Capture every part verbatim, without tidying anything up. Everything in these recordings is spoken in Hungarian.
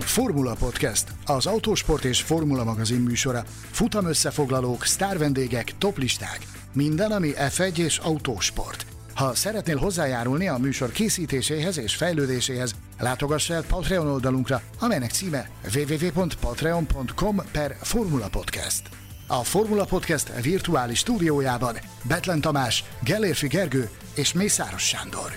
Formula Podcast, az autósport és formula magazin műsora. Futam összefoglalók, sztárvendégek, toplisták. Minden, ami ef egy és autósport. Ha szeretnél hozzájárulni a műsor készítéséhez és fejlődéséhez, látogass el Patreon oldalunkra, amelynek címe double-u double-u double-u pont patreon pont com per Formula Podcast. A Formula Podcast virtuális stúdiójában Bethlen Tamás, Gellérfi Gergő és Mészáros Sándor.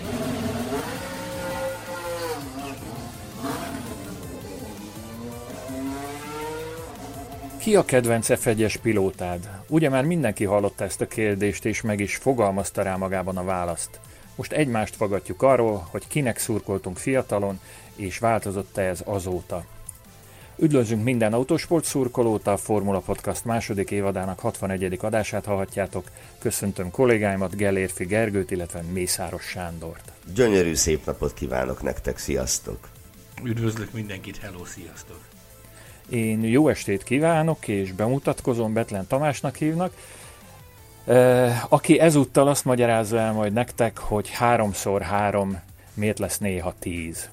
Ki a kedvenc ef egyes pilótád? Ugye már mindenki hallotta ezt a kérdést, és meg is fogalmazta rá magában a választ. Most egymást fogadjuk arról, hogy kinek szurkoltunk fiatalon, és változott-e ez azóta. Üdvözlünk minden autósport szurkolót, a Formula Podcast második évadának hatvanegyedik adását hallhatjátok. Köszöntöm kollégáimat, Gellérfi Gergőt, illetve Mészáros Sándort. Gyönyörű szép napot kívánok nektek, sziasztok! Üdvözlök mindenkit, hello, sziasztok! Én jó estét kívánok, és bemutatkozom, Bethlen Tamásnak hívnak, aki ezúttal azt magyarázza el majd nektek, hogy háromszor három miért lesz néha tíz.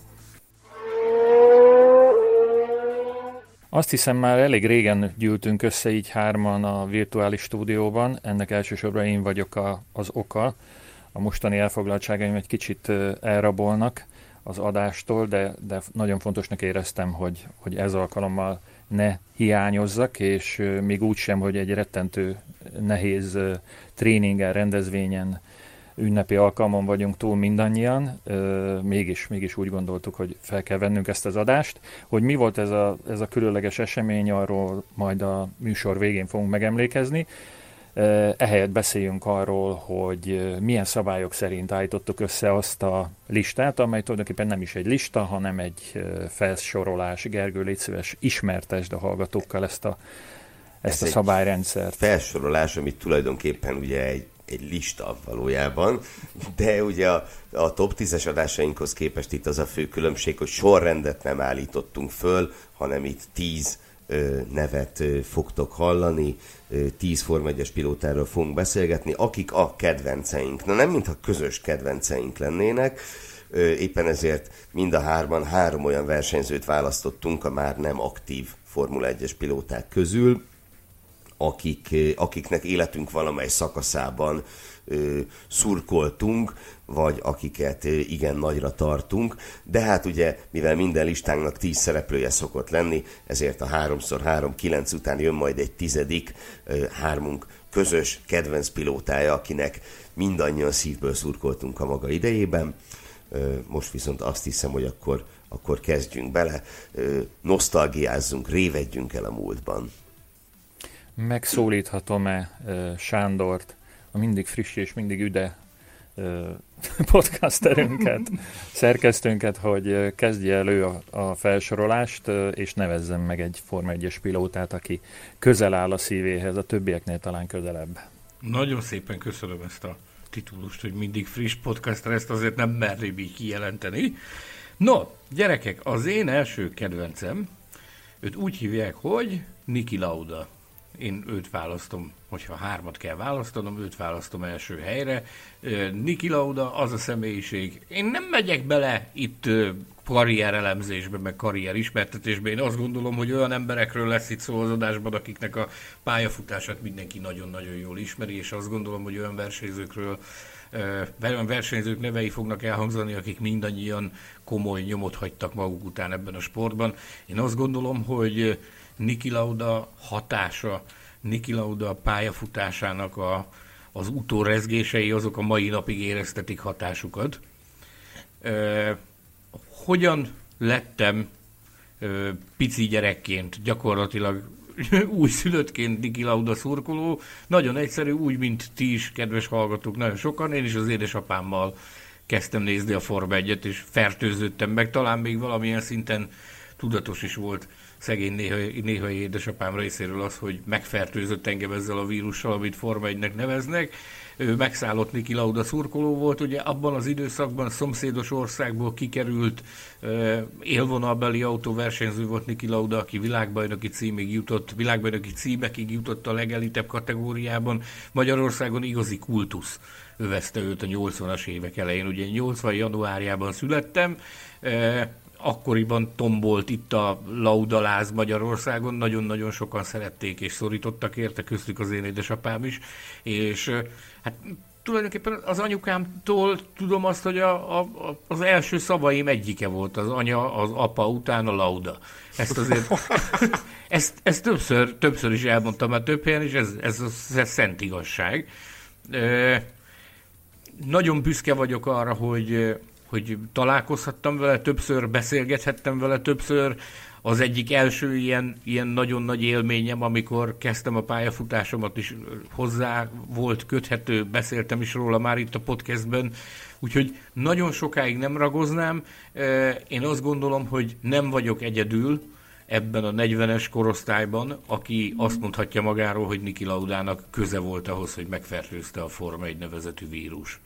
Azt hiszem, már elég régen gyűltünk össze így hárman a virtuális stúdióban, ennek elsősorban én vagyok a, az oka. A mostani elfoglaltságaim egy kicsit elrabolnak az adástól, de, de nagyon fontosnak éreztem, hogy, hogy ez alkalommal ne hiányozzak, és még úgy sem, hogy egy rettentő nehéz tréningen, rendezvényen, ünnepi alkalmon vagyunk túl mindannyian, mégis, mégis úgy gondoltuk, hogy fel kell vennünk ezt az adást. Hogy mi volt ez a, ez a különleges esemény, arról majd a műsor végén fogunk megemlékezni. Ehelyett beszéljünk arról, hogy milyen szabályok szerint állítottuk össze azt a listát, amely tulajdonképpen nem is egy lista, hanem egy felsorolás. Gergő, légy szíves, ismertesd a hallgatókkal ezt a, ezt Ez a szabályrendszert. Felsorolás, amit tulajdonképpen ugye egy, egy lista valójában, de ugye a, a top tízes adásainkhoz képest itt az a fő különbség, hogy sorrendet nem állítottunk föl, hanem itt tíz nevet fogtok hallani, tíz Forma egyes pilótáról fogunk beszélgetni, akik a kedvenceink. Na nem mintha közös kedvenceink lennének, éppen ezért mind a hárman három olyan versenyzőt választottunk a már nem aktív Formula egyes pilóták közül, akik, akiknek életünk valamely szakaszában ö, szurkoltunk, vagy akiket ö, igen nagyra tartunk, de hát ugye, mivel minden listánknak tíz szereplője szokott lenni, ezért a háromszor három kilenc után jön majd egy tizedik, ö, hármunk közös kedvenc pilótája, akinek mindannyian szívből szurkoltunk a maga idejében. Ö, most viszont azt hiszem, hogy akkor, akkor kezdjünk bele, ö, nosztalgiázzunk, révedjünk el a múltban. Megszólíthatom-e uh, Sándort, a mindig friss és mindig üde uh, podcasterünket, szerkesztőnket, hogy kezdje elő a, a felsorolást, uh, és nevezzen meg egy Forma egyes pilótát, aki közel áll a szívéhez, a többieknél talán közelebb. Nagyon szépen köszönöm ezt a titulust, hogy mindig friss podcaster, ezt azért nem merném így kijelenteni. No, gyerekek, az én első kedvencem, őt úgy hívják, hogy Niki Lauda. Én őt választom, hogyha hármat kell választanom, őt választom első helyre. Niki Lauda az a személyiség. Én nem megyek bele itt karrierelemzésbe, meg karrierismertetésbe. Én azt gondolom, hogy olyan emberekről lesz itt szó az adásban, akiknek a pályafutását mindenki nagyon-nagyon jól ismeri, és azt gondolom, hogy olyan versenyzőkről, olyan versenyzők nevei fognak elhangzani, akik mindannyian komoly nyomot hagytak maguk után ebben a sportban. Én azt gondolom, hogy Niki Lauda hatása, Niki Lauda pályafutásának a, az utórezgései, azok a mai napig éreztetik hatásukat. E, hogyan lettem e, pici gyerekként, gyakorlatilag újszülöttként Niki Lauda szurkoló? Nagyon egyszerű, úgy, mint ti is, kedves hallgatók, nagyon sokan. Én is az édesapámmal kezdtem nézni a Forma egyet, és fertőződtem meg, talán még valamilyen szinten tudatos is volt szegény néha, néha édesapám részéről az, hogy megfertőzött engem ezzel a vírussal, amit Forma egynek neveznek. Ő megszállott Niki Lauda szurkoló volt, ugye abban az időszakban szomszédos országból kikerült uh, élvonalbeli autóversenyző volt Niki Lauda, aki világbajnoki címig jutott, világbajnoki címekig jutott a legelitebb kategóriában. Magyarországon igazi kultusz övezte őt a nyolcvanas évek elején. Ugye nyolcvan januárjában születtem, uh, akkoriban tombolt itt a laudaláz Magyarországon, nagyon-nagyon sokan szerették és szorítottak érte, köztük az én édesapám is, és hát tulajdonképpen az anyukámtól tudom azt, hogy a, a, az első szavaim egyike volt az anya, az apa után a lauda. Ezt azért, ezt, ezt többször, többször is elmondtam már több helyen, és ez, ez, ez, ez szent igazság. E, nagyon büszke vagyok arra, hogy, hogy találkozhattam vele, többször beszélgethettem vele, többször. Az egyik első ilyen, ilyen nagyon nagy élményem, amikor kezdtem a pályafutásomat is, hozzá volt köthető, beszéltem is róla már itt a podcastben, úgyhogy nagyon sokáig nem ragoznám. Én azt gondolom, hogy nem vagyok egyedül ebben a negyvenes korosztályban, aki azt mondhatja magáról, hogy Niki Laudának köze volt ahhoz, hogy megfertőzte a Forma egy nevezetű vírus.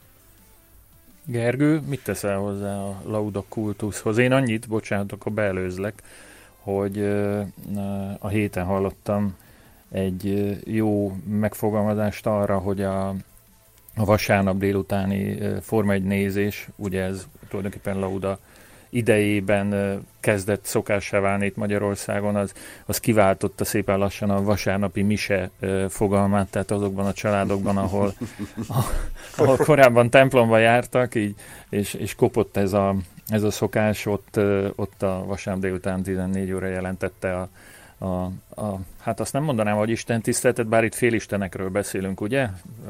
Gergő, mit teszel hozzá a Lauda kultuszhoz? Én annyit, bocsánat, akkor beelőzlek, hogy a héten hallottam egy jó megfogalmazást arra, hogy a, a vasárnap délutáni Forma egy nézés, ugye ez tulajdonképpen Lauda idejében kezdett szokássá válni itt Magyarországon, az, az kiváltotta szépen lassan a vasárnapi mise fogalmát, tehát azokban a családokban, ahol, a, ahol korábban templomba jártak, így, és, és kopott ez a, ez a szokás, ott, ott a vasárnap délután tizennégy óra jelentette a, a, a, hát azt nem mondanám, hogy Isten tiszteletet, bár itt félistenekről beszélünk, ugye?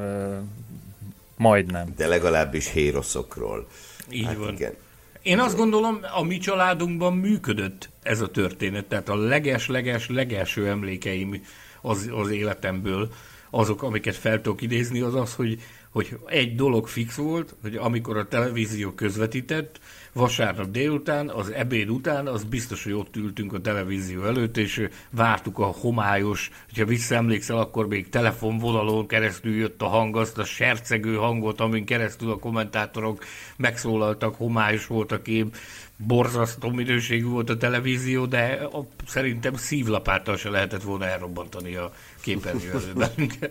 Majdnem. De legalábbis héroszokról. Így hát van. Igen. Én azt gondolom, a mi családunkban működött ez a történet, tehát a leges-leges legelső emlékeim az, az életemből, azok, amiket fel tudok idézni, az az, hogy, hogy egy dolog fix volt, hogy amikor a televízió közvetített, vasárnap délután, az ebéd után, az biztos, hogy ott ültünk a televízió előtt, és vártuk a homályos, hogyha visszaemlékszel, akkor még telefonvonalon keresztül jött a hang, azt a sercegő hangot, amin keresztül a kommentátorok megszólaltak, homályos volt a kép, borzasztó minőségű volt a televízió, de a, szerintem szívlapáttal se lehetett volna elrobbantani a képernyő előtt bennünket.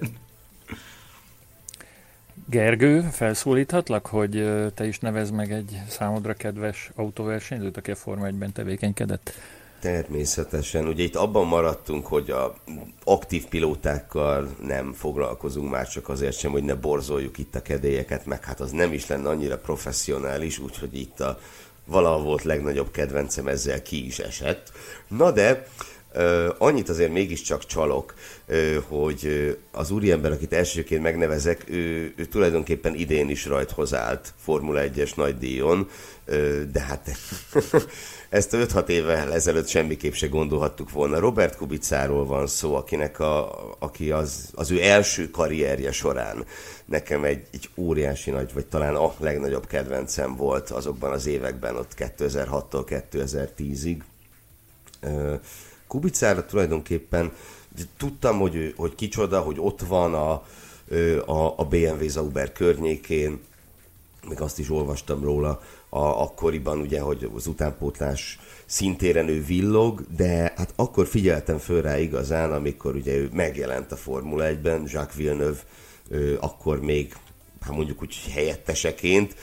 Gergő, felszólíthatlak, hogy te is nevezd meg egy számodra kedves autóversenyzőt, aki a Forma egyben tevékenykedett? Természetesen. Ugye itt abban maradtunk, hogy a aktív pilótákkal nem foglalkozunk már csak azért sem, hogy ne borzoljuk itt a kedélyeket, meg hát az nem is lenne annyira professzionális, úgyhogy itt a valahol volt legnagyobb kedvencem, ezzel ki is esett. Na de Uh, annyit azért mégiscsak csalok, uh, hogy uh, az úriember, akit elsőként megnevezek, ő, ő tulajdonképpen idén is rajthoz állt Formula egyes nagydíjon, uh, de hát ezt öt-hat évvel ezelőtt semmiképp se gondolhattuk volna. Robert Kubicáról van szó, akinek a, aki az, az ő első karrierje során nekem egy, egy óriási nagy, vagy talán a legnagyobb kedvencem volt azokban az években, ott kétezer-hattól kétezer-tízig. Uh, Kubicára tulajdonképpen tudtam, hogy, hogy kicsoda, hogy ott van a, a, a bé em vé Sauber környékén, meg azt is olvastam róla a, akkoriban, ugye, hogy az utánpótlás szintéren ő villog, de hát akkor figyeltem föl rá igazán, amikor ugye ő megjelent a Formula egyben, Jacques Villeneuve akkor még, hát mondjuk úgy helyetteseként,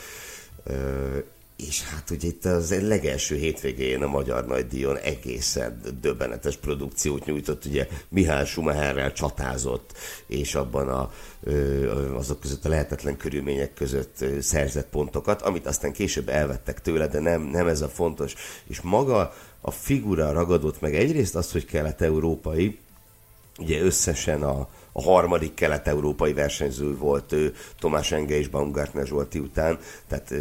és hát ugye itt az legelső hétvégén a Magyar Nagydíjon egészen döbbenetes produkciót nyújtott, ugye Michael Schumacherrel csatázott, és abban a, azok között a lehetetlen körülmények között szerzett pontokat, amit aztán később elvettek tőle, de nem, nem ez a fontos. És maga a figura ragadott meg egyrészt azt, hogy kelet-európai, ugye összesen a, a harmadik kelet-európai versenyző volt ő, Tomás Enge és Baumgartner Zsolti után, tehát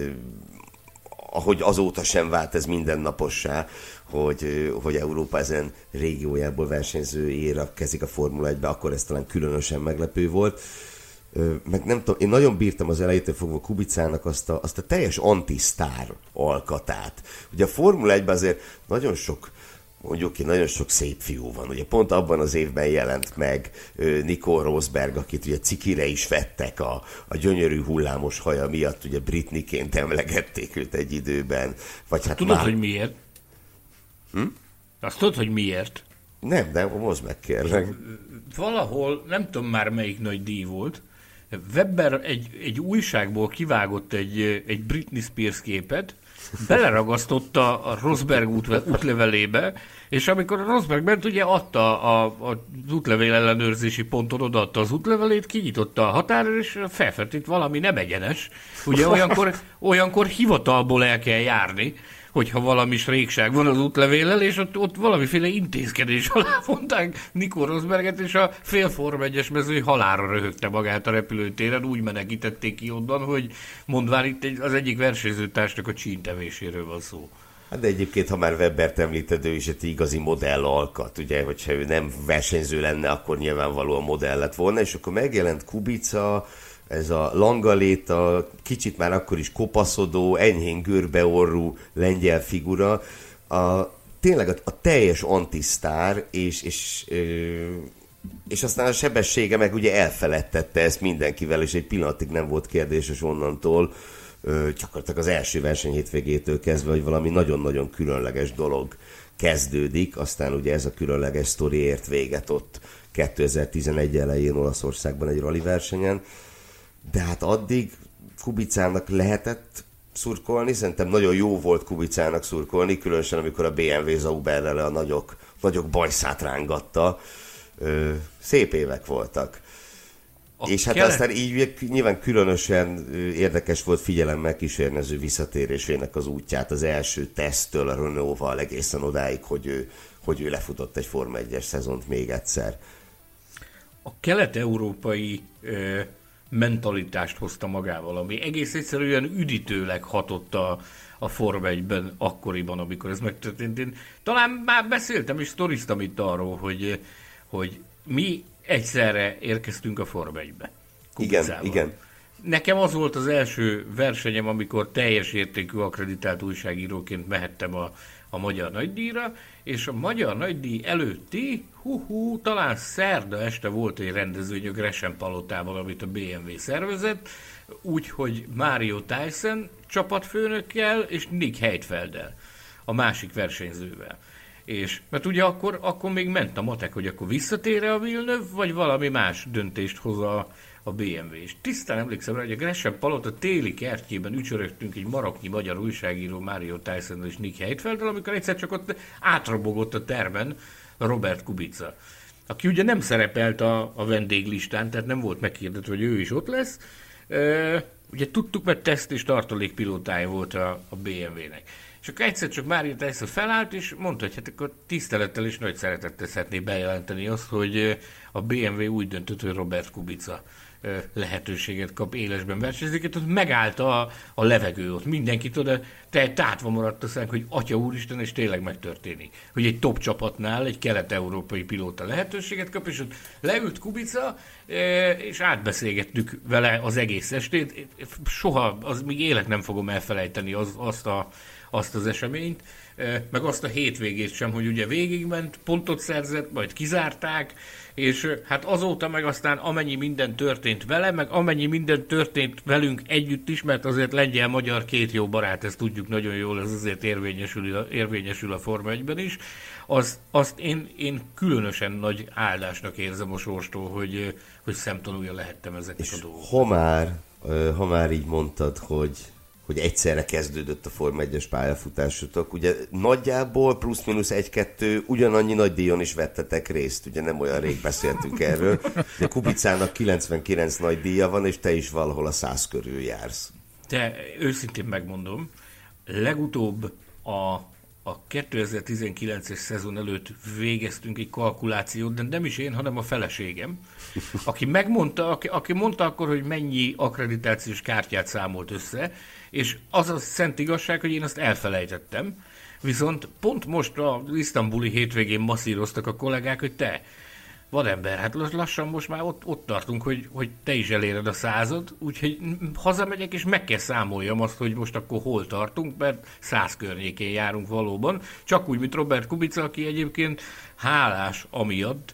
ahogy azóta sem vált ez mindennapossá, hogy, hogy Európa ezen régiójából versenyző érkezik a Formula egybe, akkor ez talán különösen meglepő volt. Meg nem tudom, én nagyon bírtam az elejétől fogva Kubicának azt a, azt a teljes anti-sztár alkatát. Ugye a Formula egyben azért nagyon sok, mondjuk ki, nagyon sok szép fiú van. Ugye pont abban az évben jelent meg Nico Rosberg, akit ugye cikire is vettek a, a gyönyörű hullámos haja miatt, ugye Britneyként emlegették őt egy időben. Vagy hát tudod, már... hogy miért? Hm? Azt tudod, hogy miért? Nem, de hozd meg, kérlek. Valahol, nem tudom már melyik nagy díj volt, Webber egy, egy újságból kivágott egy, egy Britney Spears képet, beleragasztotta a Rosberg út, útlevelébe, és amikor a Rosberg ment, ugye adta a, a, az útlevél ellenőrzési ponton, odaadta az útlevelét, kinyitotta a határon, és felfedett valami nem egyenes. Ugye olyankor, olyankor hivatalból el kell járni, hogyha valami régság van az útlevéllel, és ott, ott valamiféle intézkedés alá vonták Nico Rosberget, és a fél Forma egyes mezői halálra röhögte magát a repülőtéren, úgy menekítették ki onnan, hogy mondván itt az egyik versenyzőtársnak a csíntevéséről van szó. Hát de egyébként, ha már Webbert említed, ő is egy igazi modellalkat, ugye, hogyha ő nem versenyző lenne, akkor nyilvánvalóan modell lett volna, és akkor megjelent Kubica, ez a langaléta, kicsit már akkor is kopaszodó, enyhén görbeorrú lengyel figura, a, tényleg a, a teljes antisztár, és, és, és aztán a sebessége meg ugye elfeledtette ezt mindenkivel, és egy pillanatig nem volt kérdéses onnantól, gyakorlatilag az első verseny hétvégétől kezdve, hogy valami nagyon-nagyon különleges dolog kezdődik, aztán ugye ez a különleges sztori ért véget ott kétezer-tizenegy elején Olaszországban egy rally versenyen. De hát addig Kubicának lehetett szurkolni, szerintem nagyon jó volt Kubicának szurkolni, különösen amikor a bé em vé Zauberrel a nagyok, nagyok bajszát rángatta. Ö, szép évek voltak. A és hát kelet... aztán így nyilván különösen érdekes volt figyelemmel kísérni az ő visszatérésének az útját, az első teszttől a Renault-val egészen odáig, hogy ő, hogy ő lefutott egy Forma egyes szezont még egyszer. A kelet-európai ö... mentalitást hozta magával, ami egész egyszerűen üdítőleg hatott a, a Forma egyben akkoriban, amikor ez megtörtént. Én talán már beszéltem és sztoriztam itt arról, hogy, hogy mi egyszerre érkeztünk a Forma egybe. Igen, igen. Nekem az volt az első versenyem, amikor teljes értékű akkreditált újságíróként mehettem a, a Magyar Nagydíjra, és a Magyar Nagydíj előtti, hú-hú, talán szerda este volt egy rendezvény a Gresham Palotával, amit a bé em vé szervezett, úgyhogy Mario Tyson csapatfőnökkel és Nick Heidfelddel, a másik versenyzővel. És, mert ugye akkor, akkor még ment a matek, hogy akkor visszatér-e a Villeneuve, vagy valami más döntést hoz a, a bé em vé. És tisztán emlékszem rá, hogy a Gresham Palota téli kertjében ücsörögtünk egy maroknyi magyar újságíró Mario Tyson és Nick Heidfelddel, amikor egyszer csak ott átrobogott a termen Robert Kubica, aki ugye nem szerepelt a, a vendéglistán, tehát nem volt meghirdetve, hogy ő is ott lesz. E, ugye tudtuk, mert teszt és tartalékpilótája volt a, a bé em vének. És akkor egyszer csak Mario Tyson felállt, és mondta, hogy hát akkor tisztelettel és nagy szeretettel szeretné bejelenteni azt, hogy a bé em vé úgy döntött, hogy Robert Kubica lehetőséget kap élesben versenyezni, ott megállt a, a levegő, ott mindenkit oda, te tátva maradt a szánk, hogy atya úristen, és tényleg megtörténik. Hogy egy top csapatnál egy kelet-európai pilóta lehetőséget kap, és ott leült Kubica, és átbeszélgettük vele az egész estét. Soha, az még élet nem fogom elfelejteni az, azt, a, azt az eseményt, meg azt a hétvégét sem, hogy ugye végigment, pontot szerzett, majd kizárták, és hát azóta meg aztán amennyi minden történt vele, meg amennyi minden történt velünk együtt is, mert azért lengyel-magyar két jó barát, ezt tudjuk nagyon jól, ez azért érvényesül, érvényesül a Forma egyben is, az, azt én, én különösen nagy áldásnak érzem a sorstól, hogy, hogy szemtanúja lehettem ezeknek és a dolgok. Ha már, ha már így mondtad, hogy hogy egyszerre kezdődött a Forma egyes pályafutásotok. Ugye nagyjából plusz-minusz egy-kettő ugyanannyi nagy díjon is vettetek részt, ugye nem olyan rég beszéltünk erről. De Kubicának kilencvenkilenc nagy díja van, és te is valahol a száz körül jársz. De őszintén megmondom, legutóbb a, a kétezer-tizenkilences szezon előtt végeztünk egy kalkulációt, de nem is én, hanem a feleségem, aki megmondta, aki, aki mondta akkor, hogy mennyi akkreditációs kártyát számolt össze, és az a szent igazság, hogy én azt elfelejtettem, viszont pont most az isztambuli hétvégén masszíroztak a kollégák, hogy te, vadember, hát lassan most már ott, ott tartunk, hogy, hogy te is eléred a század, úgyhogy hazamegyek, és meg kell számoljam azt, hogy most akkor hol tartunk, mert száz környékén járunk valóban, csak úgy, mint Robert Kubica, aki egyébként hálás amiatt,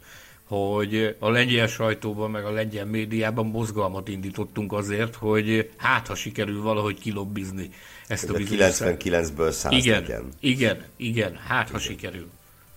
hogy a lengyel sajtóban, meg a lengyel médiában mozgalmat indítottunk azért, hogy hát, ha sikerül valahogy kilobbizni ezt a bizonyos... kilencvenkilencből száz igen, legyen. Igen, igen, hát, ha igen. sikerül.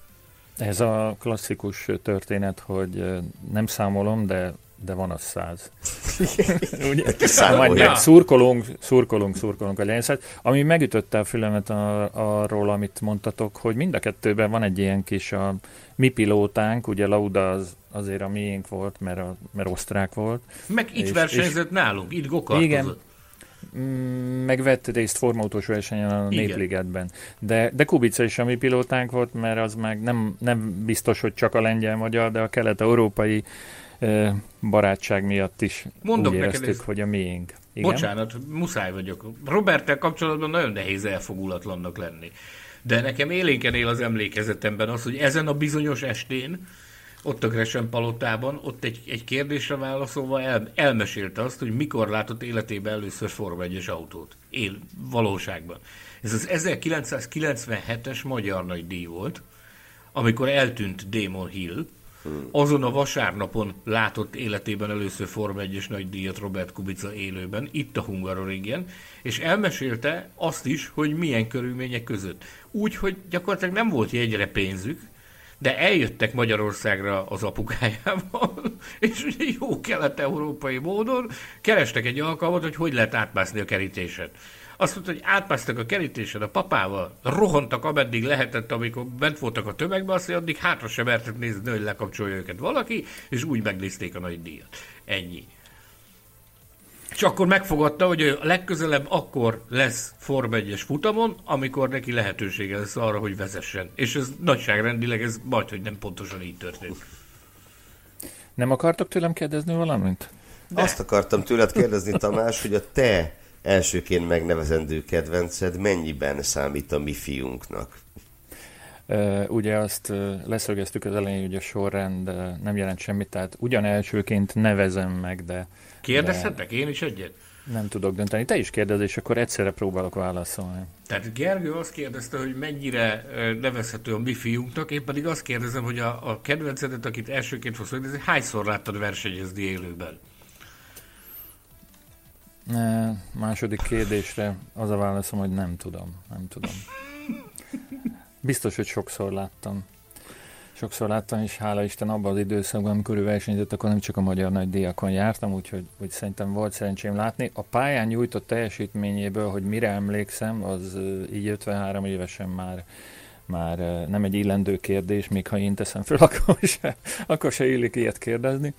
Ez a klasszikus történet, hogy nem számolom, de, de van az száz. Ugye? Majd szurkolunk, szurkolunk, szurkolunk a Lions-et. Ami megütötte a fülemet a, arról, amit mondtatok, hogy mind a kettőben van egy ilyen kis a mi pilótánk, ugye Lauda az, azért a miénk volt, mert, a, mert osztrák volt. Meg itt és, versenyzett és, nálunk, itt gokartozott. Igen, megvett részt formautós versenyen a Népligetben. De, de Kubica is a mi pilótánk volt, mert az meg nem, nem biztos, hogy csak a lengyel-magyar, de a kelet-európai eh, barátság miatt is Mondok úgy éreztük, ez... hogy a miénk. Igen? Bocsánat, muszáj vagyok. Roberttel kapcsolatban nagyon nehéz elfogulatlannak lenni. De nekem élénken él az emlékezetemben az, hogy ezen a bizonyos estén ott a Gresham palotában, ott egy, egy kérdésre válaszolva el, elmesélte azt, hogy mikor látott életében először Forma egyes autót. Él valóságban. Ez az ezerkilencszázkilencvenhetes Magyar Nagydíj volt, amikor eltűnt Damon Hill. Azon a vasárnapon látott életében először Forma egyes nagydíjat Robert Kubica élőben, itt a Hungaroringen, és elmesélte azt is, hogy milyen körülmények között. Úgy, hogy gyakorlatilag nem volt jegyre pénzük, de eljöttek Magyarországra az apukájával, és ugye jó kelet-európai módon kerestek egy alkalmat, hogy hogy lehet átmászni a kerítésen. Azt mondta, hogy átmásztak a kerítésen a papával, rohantak ameddig lehetett, amikor bent voltak a tömegben, azt mondja, addig hátra sem mertek nézni, hogy lekapcsolja őket valaki, és úgy megnézték a nagy díjat. Ennyi. És akkor megfogadta, hogy a legközelebb akkor lesz Forma egyes futamon, amikor neki lehetősége lesz arra, hogy vezessen. És ez nagyságrendileg ez majd, hogy nem pontosan így történt. Nem akartok tőlem kérdezni valamit? De. Azt akartam tőled kérdezni, Tamás, hogy a te elsőként megnevezendő kedvenced mennyiben számít a mi fiunknak? Uh, ugye azt uh, leszögeztük az elején, hogy a sorrend uh, nem jelent semmit, tehát ugyan elsőként nevezem meg, de... Kérdezhetek én is egyet? Nem tudok dönteni. Te is kérdez, és akkor egyszerre próbálok válaszolni. Tehát Gergő azt kérdezte, hogy mennyire uh, nevezhető a mi fiunknak, én pedig azt kérdezem, hogy a, a kedvencedet, akit elsőként fogsz megnézni, hányszor láttad versenyezni élőben? Ne, második kérdésre az a válaszom, hogy nem tudom. Nem tudom. Biztos, hogy sokszor láttam. Sokszor láttam, és hála Isten abban az időszakban, amikor ő versenyzett, akkor nem csak a magyar nagydíjakon jártam, úgyhogy úgy szerintem volt szerencsém látni. A pályán nyújtott teljesítményéből, hogy mire emlékszem, az így ötvenhárom évesen már, már nem egy illendő kérdés, még ha én teszem föl, akkor se, akkor se illik ilyet kérdezni.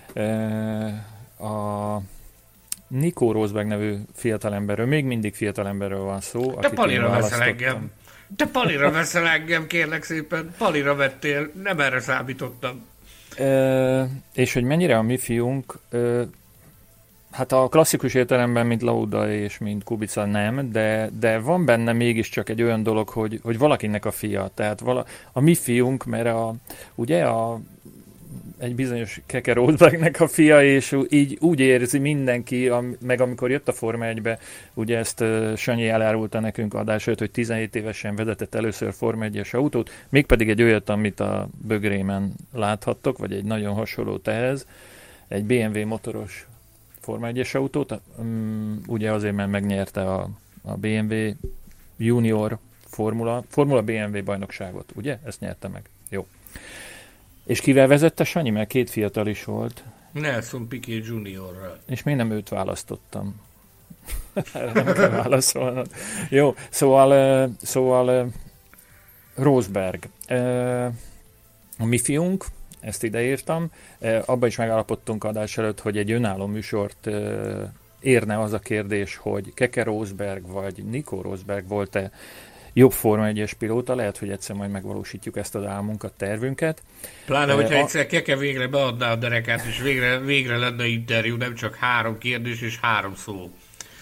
A Nico Rosberg nevű fiatalemberről, még mindig fiatalemberről van szó. De Palira veszel engem. Te Palira veszel engem, kérlek szépen. Palira vettél, nem erre számítottam. E, és hogy mennyire a mi fiunk, e, hát a klasszikus értelemben, mint Lauda és mint Kubica nem, de, de van benne mégiscsak egy olyan dolog, hogy, hogy valakinek a fia. Tehát vala, a mi fiunk, mert a, ugye a egy bizonyos Keke Rosbergnek a fia, és így úgy érzi mindenki, am, meg amikor jött a Forma egybe, ugye ezt uh, Sanyi elárulta nekünk adás előtt, hogy tizenhét évesen vezetett először Forma egyes autót, mégpedig egy olyat, amit a bögrémen láthattok, vagy egy nagyon hasonlót ehhez, egy bé em vé motoros Forma egyes autót, um, ugye azért, mert megnyerte a, a bé em vé Junior Formula, Formula bé em vé bajnokságot, ugye? Ezt nyerte meg. Jó. És kivel vezette Sanyi? Mert két fiatal is volt. Nelson Piquet juniorral. És miért nem őt választottam? Erre nem kell válaszolnod. Jó, szóval, szóval Rosberg. A mi fiunk, ezt ideírtam, abban is megállapodtunk adás előtt, hogy egy önálló műsort érne az a kérdés, hogy Keke Rosberg vagy Nico Rosberg volt-e jobb Forma egyes pilóta, lehet, hogy egyszer majd megvalósítjuk ezt az álmunkat, tervünket. Pláne, hogyha a... egyszer Keke végre beadná a derekát, és végre, végre lenne interjú, nem csak három kérdés és három szó.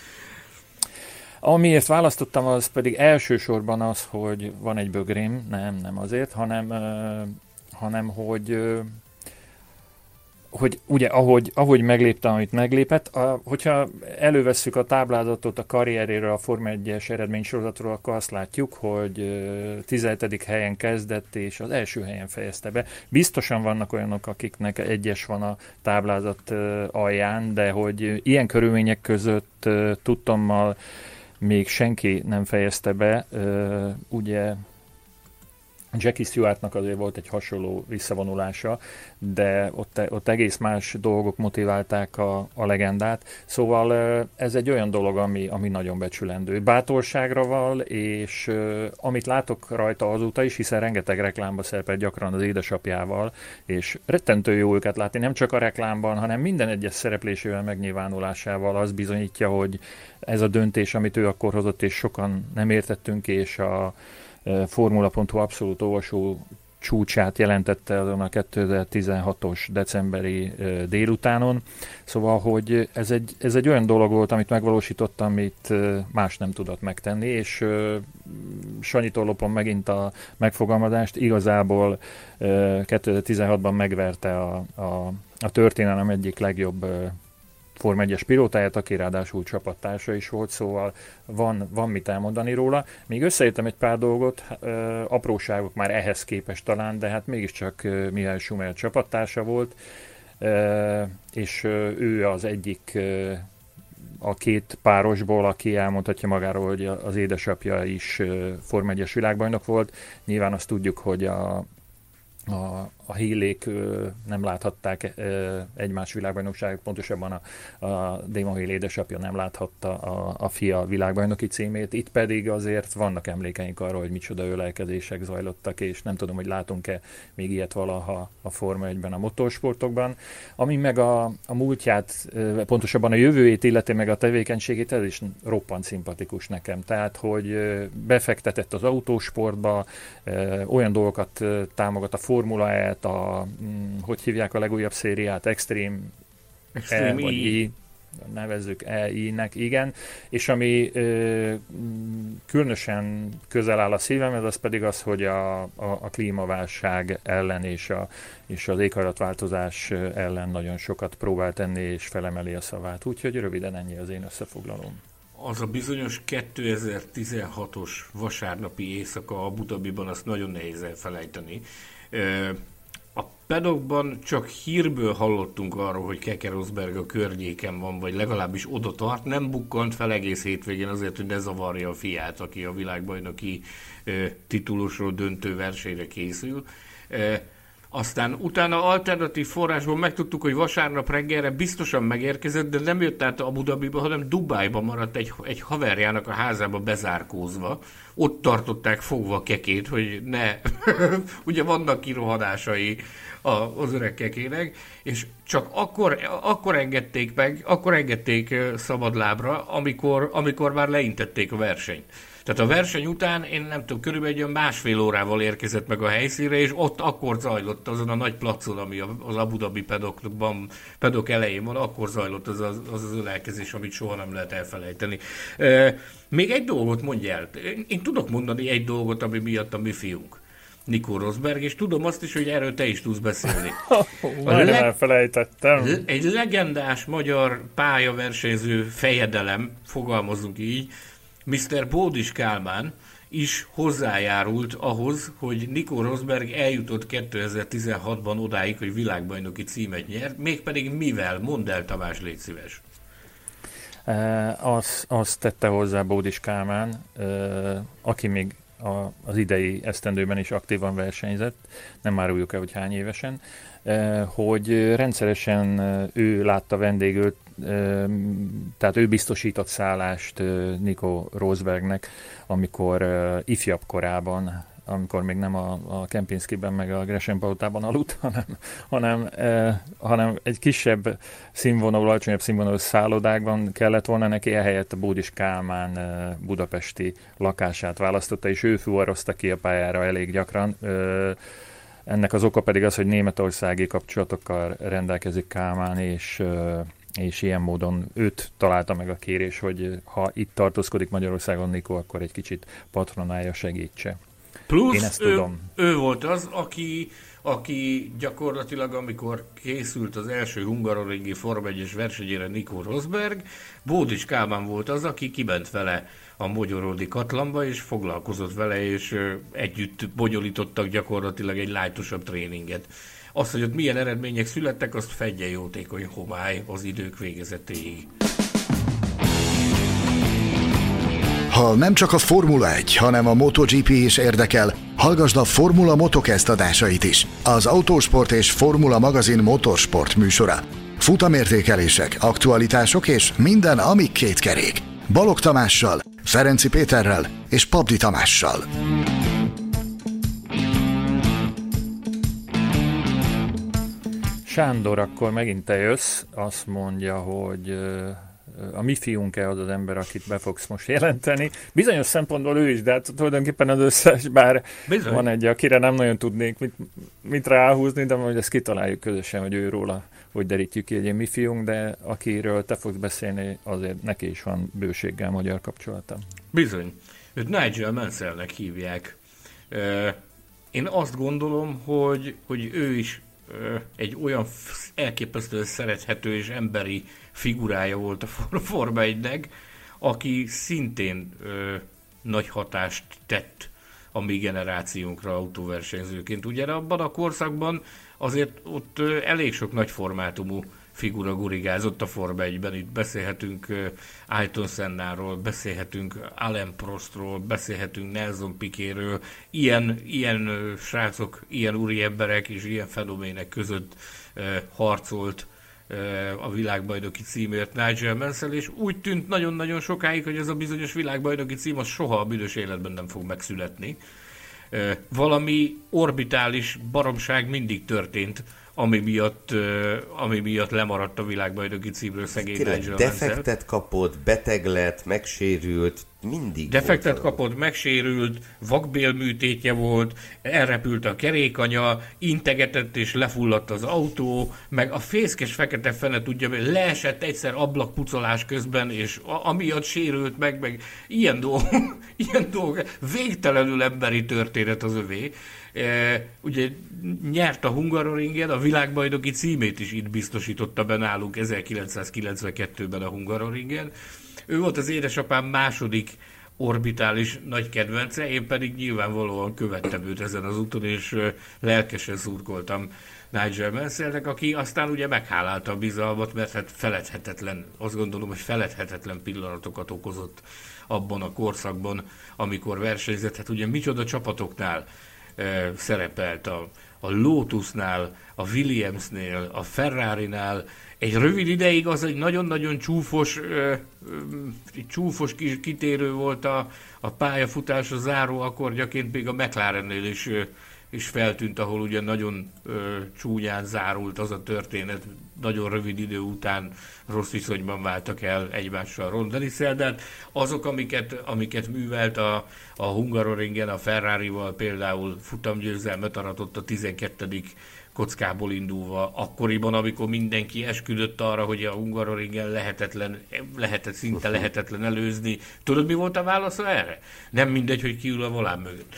Amiért választottam, az pedig elsősorban az, hogy van egy bögrém, nem, nem azért, hanem, uh, hanem hogy... Uh, hogy ugye ahogy, ahogy meglépte, amit meglépett, a, hogyha elővesszük a táblázatot a karrieréről, a Forma egyes eredménysorozatról, akkor azt látjuk, hogy tizenhetedik helyen kezdett, és az első helyen fejezte be. Biztosan vannak olyanok, akiknek egyes van a táblázat alján, de hogy ilyen körülmények között tudtommal még senki nem fejezte be, ugye Jackie Stewartnak azért volt egy hasonló visszavonulása, de ott, ott egész más dolgok motiválták a, a legendát. Szóval ez egy olyan dolog, ami, ami nagyon becsülendő. Bátorságra val, és amit látok rajta azóta is, hiszen rengeteg reklámba szerepel gyakran az édesapjával, és rettentő jó őket látni, nem csak a reklámban, hanem minden egyes szereplésével, megnyilvánulásával az bizonyítja, hogy ez a döntés, amit ő akkor hozott, és sokan nem értettünk, és a Formula pont hu abszolút olvasó csúcsát jelentette azon a kétezer-tizenhatos decemberi délutánon. Szóval, hogy ez egy, ez egy olyan dolog volt, amit megvalósított, amit más nem tudott megtenni, és Sanyitól lopom megint a megfogalmazást, igazából kétezer-tizenhatban megverte a, a, a történelem egyik legjobb Forma egyes pilótáját, aki ráadásul csapattársa is volt, szóval van, van mit elmondani róla. Még összeértem egy pár dolgot, ö, apróságok már ehhez képest talán, de hát mégiscsak ö, Mihály Schumacher csapattársa volt, ö, és ö, ő az egyik ö, a két párosból, aki elmondhatja magáról, hogy az édesapja is ö, Forma egyes világbajnok volt. Nyilván azt tudjuk, hogy a A, a Hillék ö, nem láthatták ö, egymás világbajnokságot, pontosabban a, a Damon Hill édesapja nem láthatta a, a fia világbajnoki címét. Itt pedig azért vannak emlékeink arra, hogy micsoda ölelkezések zajlottak, és nem tudom, hogy látunk-e még ilyet valaha a Forma egyben, a motorsportokban. Ami meg a, a múltját, ö, pontosabban a jövőjét illeti meg a tevékenységét, ez is roppant szimpatikus nekem. Tehát, hogy ö, befektetett az autósportba, ö, olyan dolgokat ö, támogat a Formula E-t, a, hm, hogy hívják a legújabb szériát, Extreme, Extreme E, vagy I, nevezzük E I-nek, igen, és ami ö, különösen közel áll a szívemhez, az pedig az, hogy a, a, a klímaválság ellen és, a, és az éghajlatváltozás ellen nagyon sokat próbál tenni, és felemeli a szavát. Úgyhogy röviden ennyi az én összefoglalóm. Az a bizonyos kétezer-tizenhatos vasárnapi éjszaka Abu Dhabiban, azt nagyon nehéz elfelejteni. A paddockban csak hírből hallottunk arról, hogy Keke Rosberg a környéken van, vagy legalábbis oda tart, nem bukkant fel egész hétvégén azért, hogy ne zavarja a fiát, aki a világbajnoki titulusról döntő versenyre készül. Aztán utána alternatív forrásból megtudtuk, hogy vasárnap reggelre biztosan megérkezett, de nem jött át Abu Dhabiba, hanem Dubájba maradt egy, egy haverjának a házába bezárkózva. Ott tartották fogva Kekét, hogy ne, ugye vannak kirohanásai az öreg Kekének, és csak akkor, akkor engedték meg, akkor engedték szabadlábra, amikor, amikor már leintették a versenyt. Tehát a verseny után, én nem tudom, körülbelül egy olyan másfél órával érkezett meg a helyszínre, és ott akkor zajlott azon a nagy placon, ami az Abu Dhabi paddockban, paddock elején van, akkor zajlott az az, az, az ölelkezés, amit soha nem lehet elfelejteni. E, még egy dolgot mondj el. Én, én tudok mondani egy dolgot, ami miatt a mi fiunk. Nico Rosberg, és tudom azt is, hogy erről te is tudsz beszélni. Majdnem leg... elfelejtettem. Egy legendás magyar pályaversenyző fejedelem, fogalmazunk így, miszter Bódis Kálmán is hozzájárult ahhoz, hogy Nico Rosberg eljutott kétezer-tizenhatban odáig, hogy világbajnoki címet nyert, mégpedig mivel? Mondd el, Tamás, légy szíves. E, az, azt tette hozzá Bódis Kálmán, e, aki még a, az idei esztendőben is aktívan versenyzett, nem áruljuk el, hogy hány évesen, e, hogy rendszeresen ő látta vendégül, tehát ő biztosított szállást Nico Rosbergnek, amikor ifjabb korában, amikor még nem a, a Kempinskiben meg a Gresham palotában aludt, hanem, hanem, eh, hanem egy kisebb színvonalú, alacsonyabb színvonalú szállodákban kellett volna neki, ehelyett a Bódis Kálmán eh, budapesti lakását választotta, és ő fuvarozta ki a pályára elég gyakran. Eh, ennek az oka pedig az, hogy németországi kapcsolatokkal rendelkezik Kálmán, és eh, és ilyen módon őt találta meg a kérés, hogy ha itt tartózkodik Magyarországon Nico, akkor egy kicsit patronálja, segítse. Plusz Én ezt ő, tudom. ő volt az, aki, aki gyakorlatilag, amikor készült az első hungaroringi Forma egyes versenyére Nico Rosberg, Bódis Kálmán volt az, aki kiment vele a Mogyorodi Katlanba, és foglalkozott vele, és együtt bonyolítottak gyakorlatilag egy lájtosabb tréninget. Azt, hogy ott milyen eredmények születtek, azt fedje jótékony homály az idők végezetéig. Ha nem csak a Formula egy, hanem a MotoGP is érdekel, hallgasd a Formula Motocast adásait is. Az Autósport és Formula magazin motorsport műsora. Futamértékelések, aktualitások és minden, ami kétkerék. Balogh Tamással, Ferenci Péterrel és Pabdi Tamással. Sándor, akkor megint te jössz, azt mondja, hogy a mi fiunk-e az az ember, akit be fogsz most jelenteni. Bizonyos szempontból ő is, de hát tulajdonképpen az összes, bár Bizony. Van egy, akire nem nagyon tudnék mit, mit ráhúzni, de majd ezt kitaláljuk közösen, hogy ő róla, hogy derítjük ki, egy mi fiunk, de akiről te fogsz beszélni, azért neki is van bőséggel magyar kapcsolata. Bizony. Őt Nigel Mansellnek hívják. Én azt gondolom, hogy, hogy ő is egy olyan elképesztően szerethető és emberi figurája volt a Forma egynek, aki szintén ö, nagy hatást tett a mi generációnkra autóversenyzőként. Ugye abban a korszakban azért ott ö, elég sok nagy formátumú figura gurigázott a Forma egyben. Itt beszélhetünk uh, Ayrton Sennáról, beszélhetünk Alain Prostról, beszélhetünk Nelson Piquetről. Ilyen, ilyen uh, srácok, ilyen úri emberek és ilyen fenomének között uh, harcolt uh, a világbajnoki címért Nigel Mansell, és úgy tűnt nagyon-nagyon sokáig, hogy ez a bizonyos világbajnoki cím az soha a büdös életben nem fog megszületni. Uh, valami orbitális baromság mindig történt, ami miatt, uh, ami miatt lemaradt a világbajnoki címről szegény Nigel Mansell. Defektet kapott, beteg lett, megsérült, mindig Defektet volt kapott, megsérült, vakbélműtétje volt, elrepült a kerékanya, integetett és lefulladt az autó, meg a fészkes fekete fene tudja, hogy leesett egyszer ablakpucolás közben, és amiatt sérült meg, meg ilyen dolgok, ilyen dolgok, végtelenül emberi történet az övé. E, ugye nyert a Hungaroringen, a világbajnoki címét is itt biztosította be nálunk ezerkilencszázkilencvenkettőben a Hungaroringen. Ő volt az édesapám második orbitális nagy kedvence, én pedig nyilvánvalóan követtem őt ezen az úton, és lelkesen szurkoltam Nigel Mansellnek, aki aztán ugye meghálálta a bizalmat, mert hát feledhetetlen, azt gondolom, hogy feledhetetlen pillanatokat okozott abban a korszakban, amikor versenyzett. Hát ugye micsoda csapatoknál e, szerepelt, a, a Lotusnál, a Williamsnél, a Ferrarinál. Egy rövid ideig az egy nagyon-nagyon csúfos, ö, ö, csúfos kis kitérő volt a, a pályafutása záró akkordjaként, még a McLarennél is, ö, is feltűnt, ahol ugye nagyon ö, csúnyán zárult az a történet. Nagyon rövid idő után rossz viszonyban váltak el egymással Ron Dennis-el, de azok, amiket, amiket művelt a, a Hungaroringen, a Ferrarival például futamgyőzelmet aratott a tizenkettedik kockából indulva, akkoriban, amikor mindenki esküdött arra, hogy a Hungaroringen lehetetlen, lehetett, szinte lehetetlen előzni. Tudod, mi volt a válasza erre? Nem mindegy, hogy kiül a volán mögött.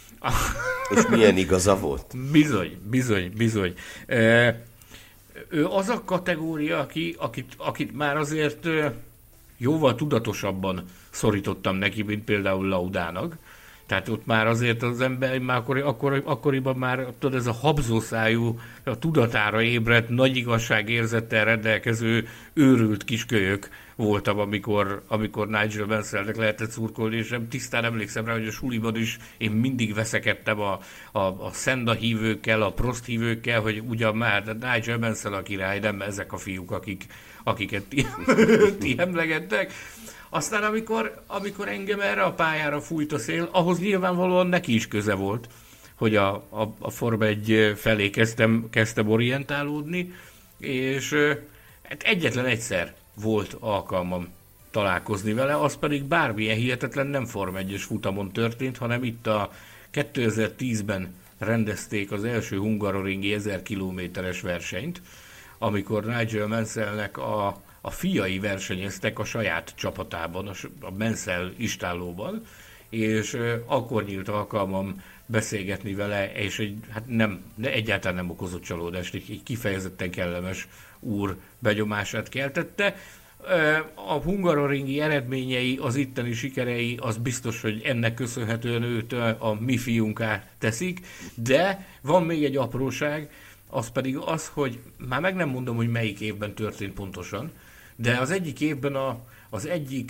És milyen igaza volt? Bizony, bizony, bizony. E, ő az a kategória, aki, akit, akit már azért jóval tudatosabban szorítottam neki, mint például Laudának. Tehát ott már azért az ember, már akkor, akkor, akkoriban már tudod, ez a habzószájú, a tudatára ébredt, nagy igazságérzettel rendelkező, őrült kiskölyök voltam, amikor, amikor Nigel Mansellnek lehetett szurkolni, és nem tisztán emlékszem rá, hogy a suliban is én mindig veszekedtem a, a, a Senna hívőkkel, a Prost hívőkkel, hogy ugyan már Nigel Mansell a király, nem ezek a fiúk, akik, akiket ti, ti emlegettek. Aztán amikor, amikor engem erre a pályára fújt a szél, ahhoz nyilvánvalóan neki is köze volt, hogy a, a, a Forma egy felé kezdtem, kezdtem orientálódni, és hát egyetlen egyszer volt alkalmam találkozni vele, az pedig bármilyen hihetetlen nem Forma egyes futamon történt, hanem itt a kétezer-tízben rendezték az első hungaroringi ezer kilométeres versenyt, amikor Nigel Mansellnek a A fiai versenyeztek a saját csapatában, a Mansell istállóban, és uh, akkor nyílt alkalmam beszélgetni vele, és egy, hát nem, de egyáltalán nem okozott csalódást, egy, egy kifejezetten kellemes úr benyomását keltette. Uh, a hungaroringi eredményei, az itteni sikerei, az biztos, hogy ennek köszönhetően őt uh, a mi fiunká teszik, de van még egy apróság, az pedig az, hogy már meg nem mondom, hogy melyik évben történt pontosan, de az egyik évben a, az egyik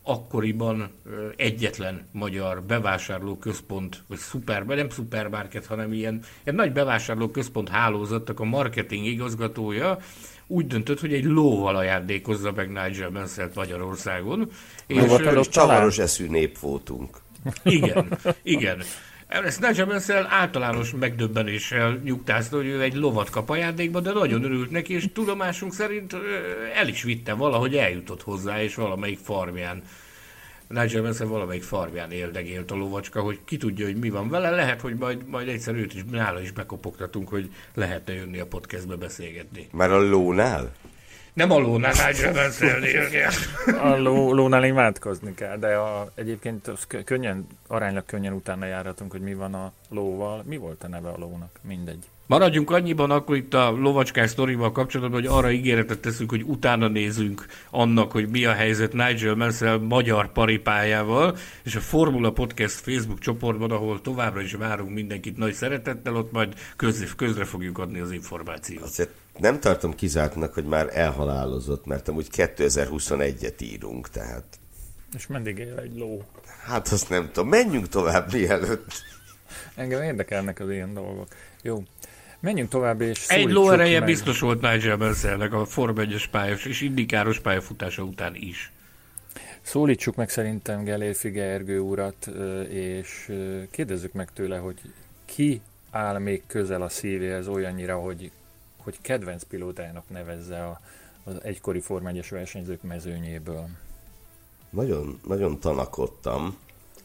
akkoriban egyetlen magyar bevásárlóközpont, vagy szuper, nem szupermarket, hanem ilyen, ilyen nagy bevásárlóközpont hálózatnak a marketing igazgatója úgy döntött, hogy egy lóval ajándékozza meg Nigel Mansell-t Magyarországon. És csavaros eszű nép voltunk. Igen, igen. Ezt Nigel Mansell általános megdöbbenéssel nyugtázta, hogy ő egy lovat kap ajándékba, de nagyon örült neki, és tudomásunk szerint el is vitte, valahogy eljutott hozzá, és valamelyik farmján, Nigel Mansell valamelyik farmján éldegélt a lovacska, hogy ki tudja, hogy mi van vele. Lehet, hogy majd, majd egyszer őt is, nála is bekopogtatunk, hogy lehetne jönni a podcastbe beszélgetni. Már a lónál? Nem a lónál, Nigel Mansell-nél kell. A ló, lónál imádkozni kell, de a, egyébként az könnyen, aránylag könnyen utána járhatunk, hogy mi van a lóval. Mi volt a neve a lónak? Mindegy. Maradjunk annyiban akkor itt a lovacskás sztorival kapcsolatban, hogy arra ígéretet teszünk, hogy utána nézünk annak, hogy mi a helyzet Nigel Mansell magyar paripájával, és a Formula Podcast Facebook csoportban, ahol továbbra is várunk mindenkit nagy szeretettel, ott majd közre, közre fogjuk adni az információt. Azért nem tartom kizártnak, hogy már elhalálozott, mert amúgy kétezer-huszonegyet írunk, tehát... És mindig él egy ló. Hát azt nem tudom, menjünk tovább mielőtt. Engem érdekelnek az ilyen dolgok. Jó. Menjünk tovább, és egy lóereje biztos volt Nigel Mansellnek a Form egyes pályás és indikáros pályafutása után is. Szólítsuk meg szerintem Gellér Fige Ergő urat, és kérdezzük meg tőle, hogy ki áll még közel a szívéhez olyannyira, hogy, hogy kedvenc pilótájának nevezze a, az egykori Form egyes versenyzők mezőnyéből. Nagyon, nagyon tanakodtam.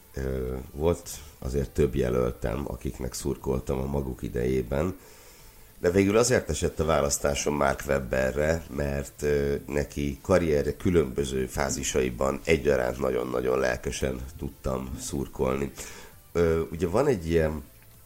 Volt azért több jelöltem, akiknek szurkoltam a maguk idejében, de végül azért esett a választásom Mark Webberre, mert neki karrierje különböző fázisaiban egyaránt nagyon-nagyon lelkesen tudtam szurkolni. Ugye van egy ilyen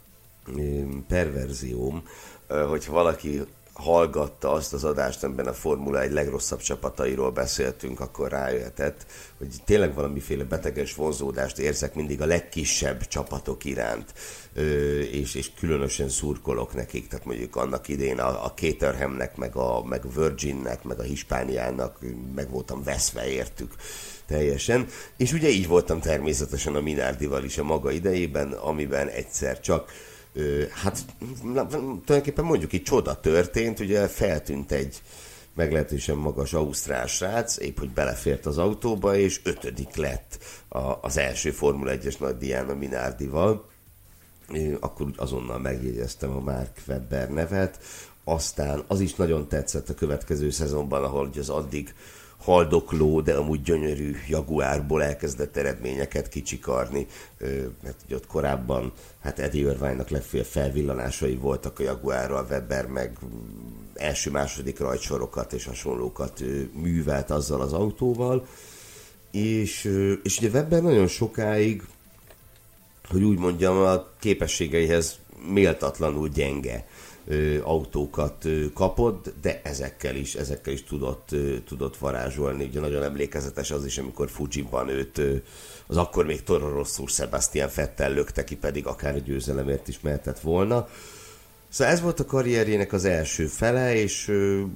perverzióm, hogyha valaki hallgatta azt az adást, amiben a Formula egy legrosszabb csapatairól beszéltünk, akkor rájöhetett, hogy tényleg valamiféle beteges vonzódást érzek mindig a legkisebb csapatok iránt, és, és különösen szurkolok nekik, tehát mondjuk annak idén a, a Caterhamnek, meg a, meg a Virginnek, meg a Hispániának meg voltam veszve értük teljesen, és ugye így voltam természetesen a Minardival is a maga idejében, amiben egyszer csak hát tulajdonképpen mondjuk így csoda történt, ugye feltűnt egy meglehetősen magas ausztrál srác, épp hogy belefért az autóba, és ötödik lett a, az első Formula egyes nagydíján a Minardival. Akkor úgy azonnal megjegyeztem a Mark Webber nevet, aztán az is nagyon tetszett a következő szezonban, ahol az addig haldokló, de amúgy gyönyörű Jaguárból elkezdett eredményeket kicsikarni, mert ugye ott korábban hát Eddie Irvine-nak legfőbb felvillanásai voltak a Jaguárral, Webber meg első-második rajtsorokat és hasonlókat művelt azzal az autóval, és, és ugye Webber nagyon sokáig, hogy úgy mondjam, a képességeihez méltatlanul gyenge autókat kapott, de ezekkel is, ezekkel is tudott, tudott varázsolni. Ugye nagyon emlékezetes az is, amikor Fujiban őt az akkor még Toro Rosso Sebastian Vettel lökte ki, pedig akár a győzelemért is mehetett volna. Szóval ez volt a karrierjének az első fele, és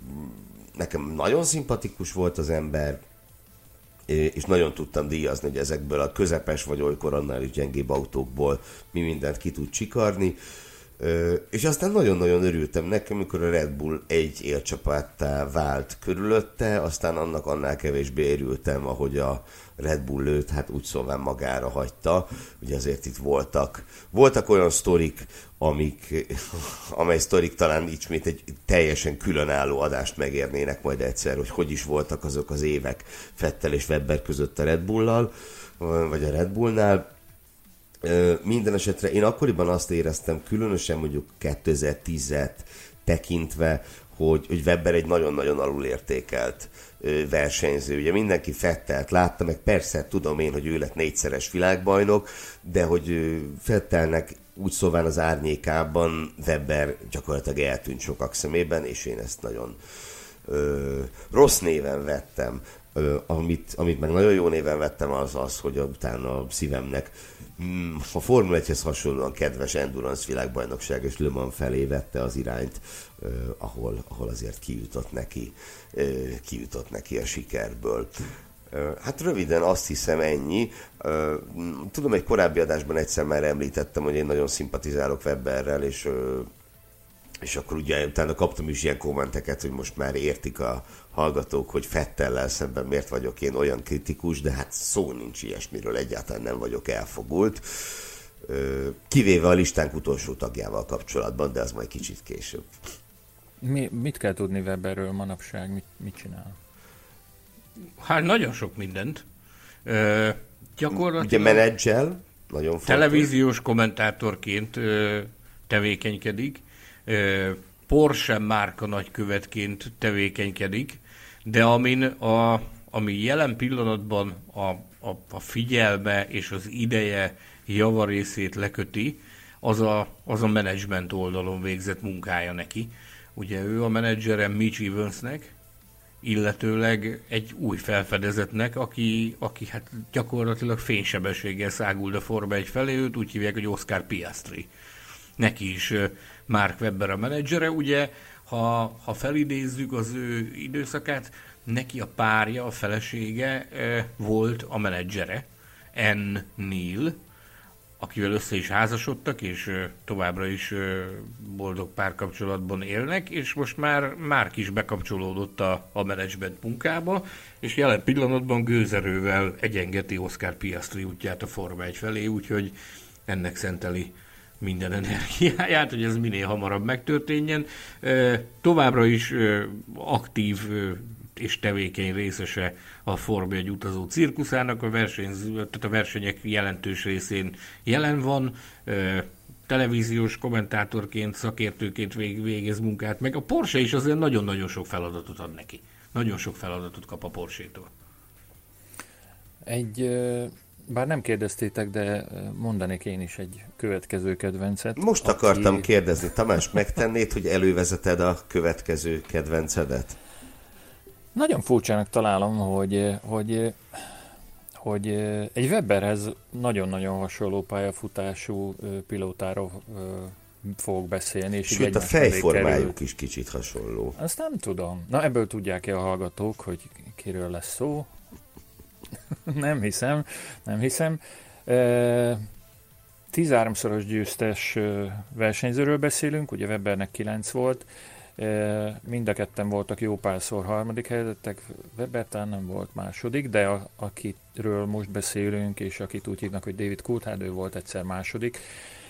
nekem nagyon szimpatikus volt az ember, és nagyon tudtam díjazni, hogy ezekből a közepes vagy olykor annál is gyengébb autókból mi mindent ki tud csikarni. És aztán nagyon-nagyon örültem nekem, amikor a Red Bull egy élcsapattá vált körülötte, aztán annak annál kevésbé örültem, ahogy a Red Bull őt hát úgy szóval magára hagyta. Ugye azért itt voltak, voltak olyan sztorik, amik, amely sztorik talán ismét egy teljesen különálló adást megérnének majd egyszer, hogy hogy is voltak azok az évek Vettel és Webber között a Red Bullal, vagy a Red Bullnál. Minden esetre én akkoriban azt éreztem, különösen mondjuk kétezer-tízet tekintve, hogy, hogy Webber egy nagyon-nagyon alulértékelt versenyző. Ugye mindenki Vettelt látta, meg persze tudom én, hogy ő lett négyszeres világbajnok, de hogy Vettelnek úgy szóván az árnyékában Webber gyakorlatilag eltűnt sokak szemében, és én ezt nagyon ö, rossz néven vettem. Ö, amit, amit meg nagyon jó néven vettem, az az, hogy utána a szívemnek a Formula egyhez hasonlóan kedves Endurance világbajnokság és Le Mans felé vette az irányt, eh, ahol, ahol azért kijutott neki, eh, kijutott neki a sikerből. Hát röviden azt hiszem ennyi. Tudom, egy korábbi adásban egyszer már említettem, hogy én nagyon szimpatizálok Webberrel, és, és akkor ugye utána kaptam is ilyen kommenteket, hogy most már értik a hallgatók, hogy Vettellel szemben miért vagyok én olyan kritikus, de hát szó nincs ilyesmiről, egyáltalán nem vagyok elfogult. Kivéve a listánk utolsó tagjával kapcsolatban, de az majd kicsit később. Mi, mit kell tudni Webberről manapság? Mit, mit csinál? Hát nagyon sok mindent. Ö, gyakorlatilag... Ugye menedzsel, nagyon fontos. Televíziós kommentátorként ö, tevékenykedik, ö, Porsche márka nagykövetként tevékenykedik, de amin a, ami jelen pillanatban a, a, a figyelme és az ideje javarészét leköti, az a, az a menedzsment oldalon végzett munkája neki. Ugye ő a menedzsere Mitch Evansnek, illetőleg egy új felfedezetnek, aki, aki hát gyakorlatilag fénysebességgel száguld a Forma egy felé, őt úgy hívják, hogy Oscar Piastri. Neki is Mark Webber a menedzsere. Ugye, ha, ha felidézzük az ő időszakát, neki a párja, a felesége volt a menedzsere, Anne Neal, akivel össze is házasodtak, és továbbra is boldog párkapcsolatban élnek, és most már Mark is bekapcsolódott a, a menedzsment munkába, és jelen pillanatban gőzerővel egyengeti Oscar Piastri útját a Forma egy felé, úgyhogy ennek szenteli minden energiáját, hogy ez minél hamarabb megtörténjen. Továbbra is aktív és tevékeny részese a Forma egy utazó cirkuszának, a, verseny, tehát a versenyek jelentős részén jelen van, televíziós kommentátorként, szakértőként végez munkát, meg a Porsche is azért nagyon-nagyon sok feladatot ad neki. Nagyon sok feladatot kap a Porsche-tól. Egy, bár nem kérdeztétek, de mondanék én is egy következő kedvencet. Most aki... akartam kérdezni, Tamás, megtennéd, hogy elővezeted a következő kedvencedet? Nagyon furcsának találom, hogy, hogy, hogy egy Webberhez nagyon-nagyon hasonló pályafutású pilótáról fogok beszélni. És sőt, a fejformájuk is kicsit hasonló. Azt nem tudom. Na, ebből tudják-e a hallgatók, hogy kiről lesz szó? nem hiszem, nem hiszem. Tízháromszoros győztes versenyzőről beszélünk, ugye Webbernek kilenc volt. Mind a ketten voltak jó párszor harmadik helyzettek, Webber talán nem volt második, de a, akiről most beszélünk, és akit úgy hívnak, hogy David Coulthard, ő volt egyszer második.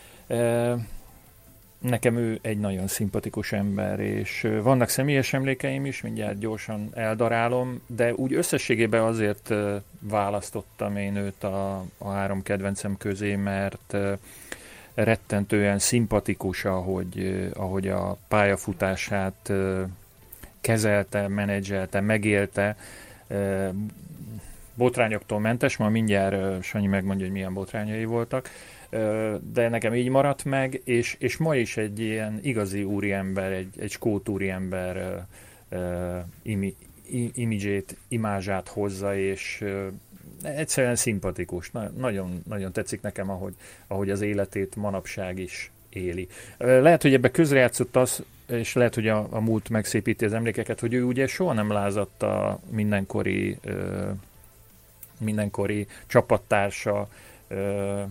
Nekem ő egy nagyon szimpatikus ember, és vannak személyes emlékeim is, mindjárt gyorsan eldarálom, de úgy összességében azért választottam én őt a, a három kedvencem közé, mert rettentően szimpatikus, ahogy, ahogy a pályafutását kezelte, menedzselte, megélte, botrányoktól mentes, ma mindjárt Sanyi megmondja, hogy milyen botrányai voltak, de nekem így maradt meg, és, és ma is egy ilyen igazi úriember, egy, egy skót úriember imi, imidzsét, imázsát hozza, és egyszerűen szimpatikus. Na, nagyon, nagyon tetszik nekem, ahogy, ahogy az életét manapság is éli. Lehet, hogy ebbe közrejátszott az, és lehet, hogy a, a múlt megszépíti az emlékeket, hogy ő ugye soha nem lázadt a mindenkori, ö, mindenkori csapattársa, ö,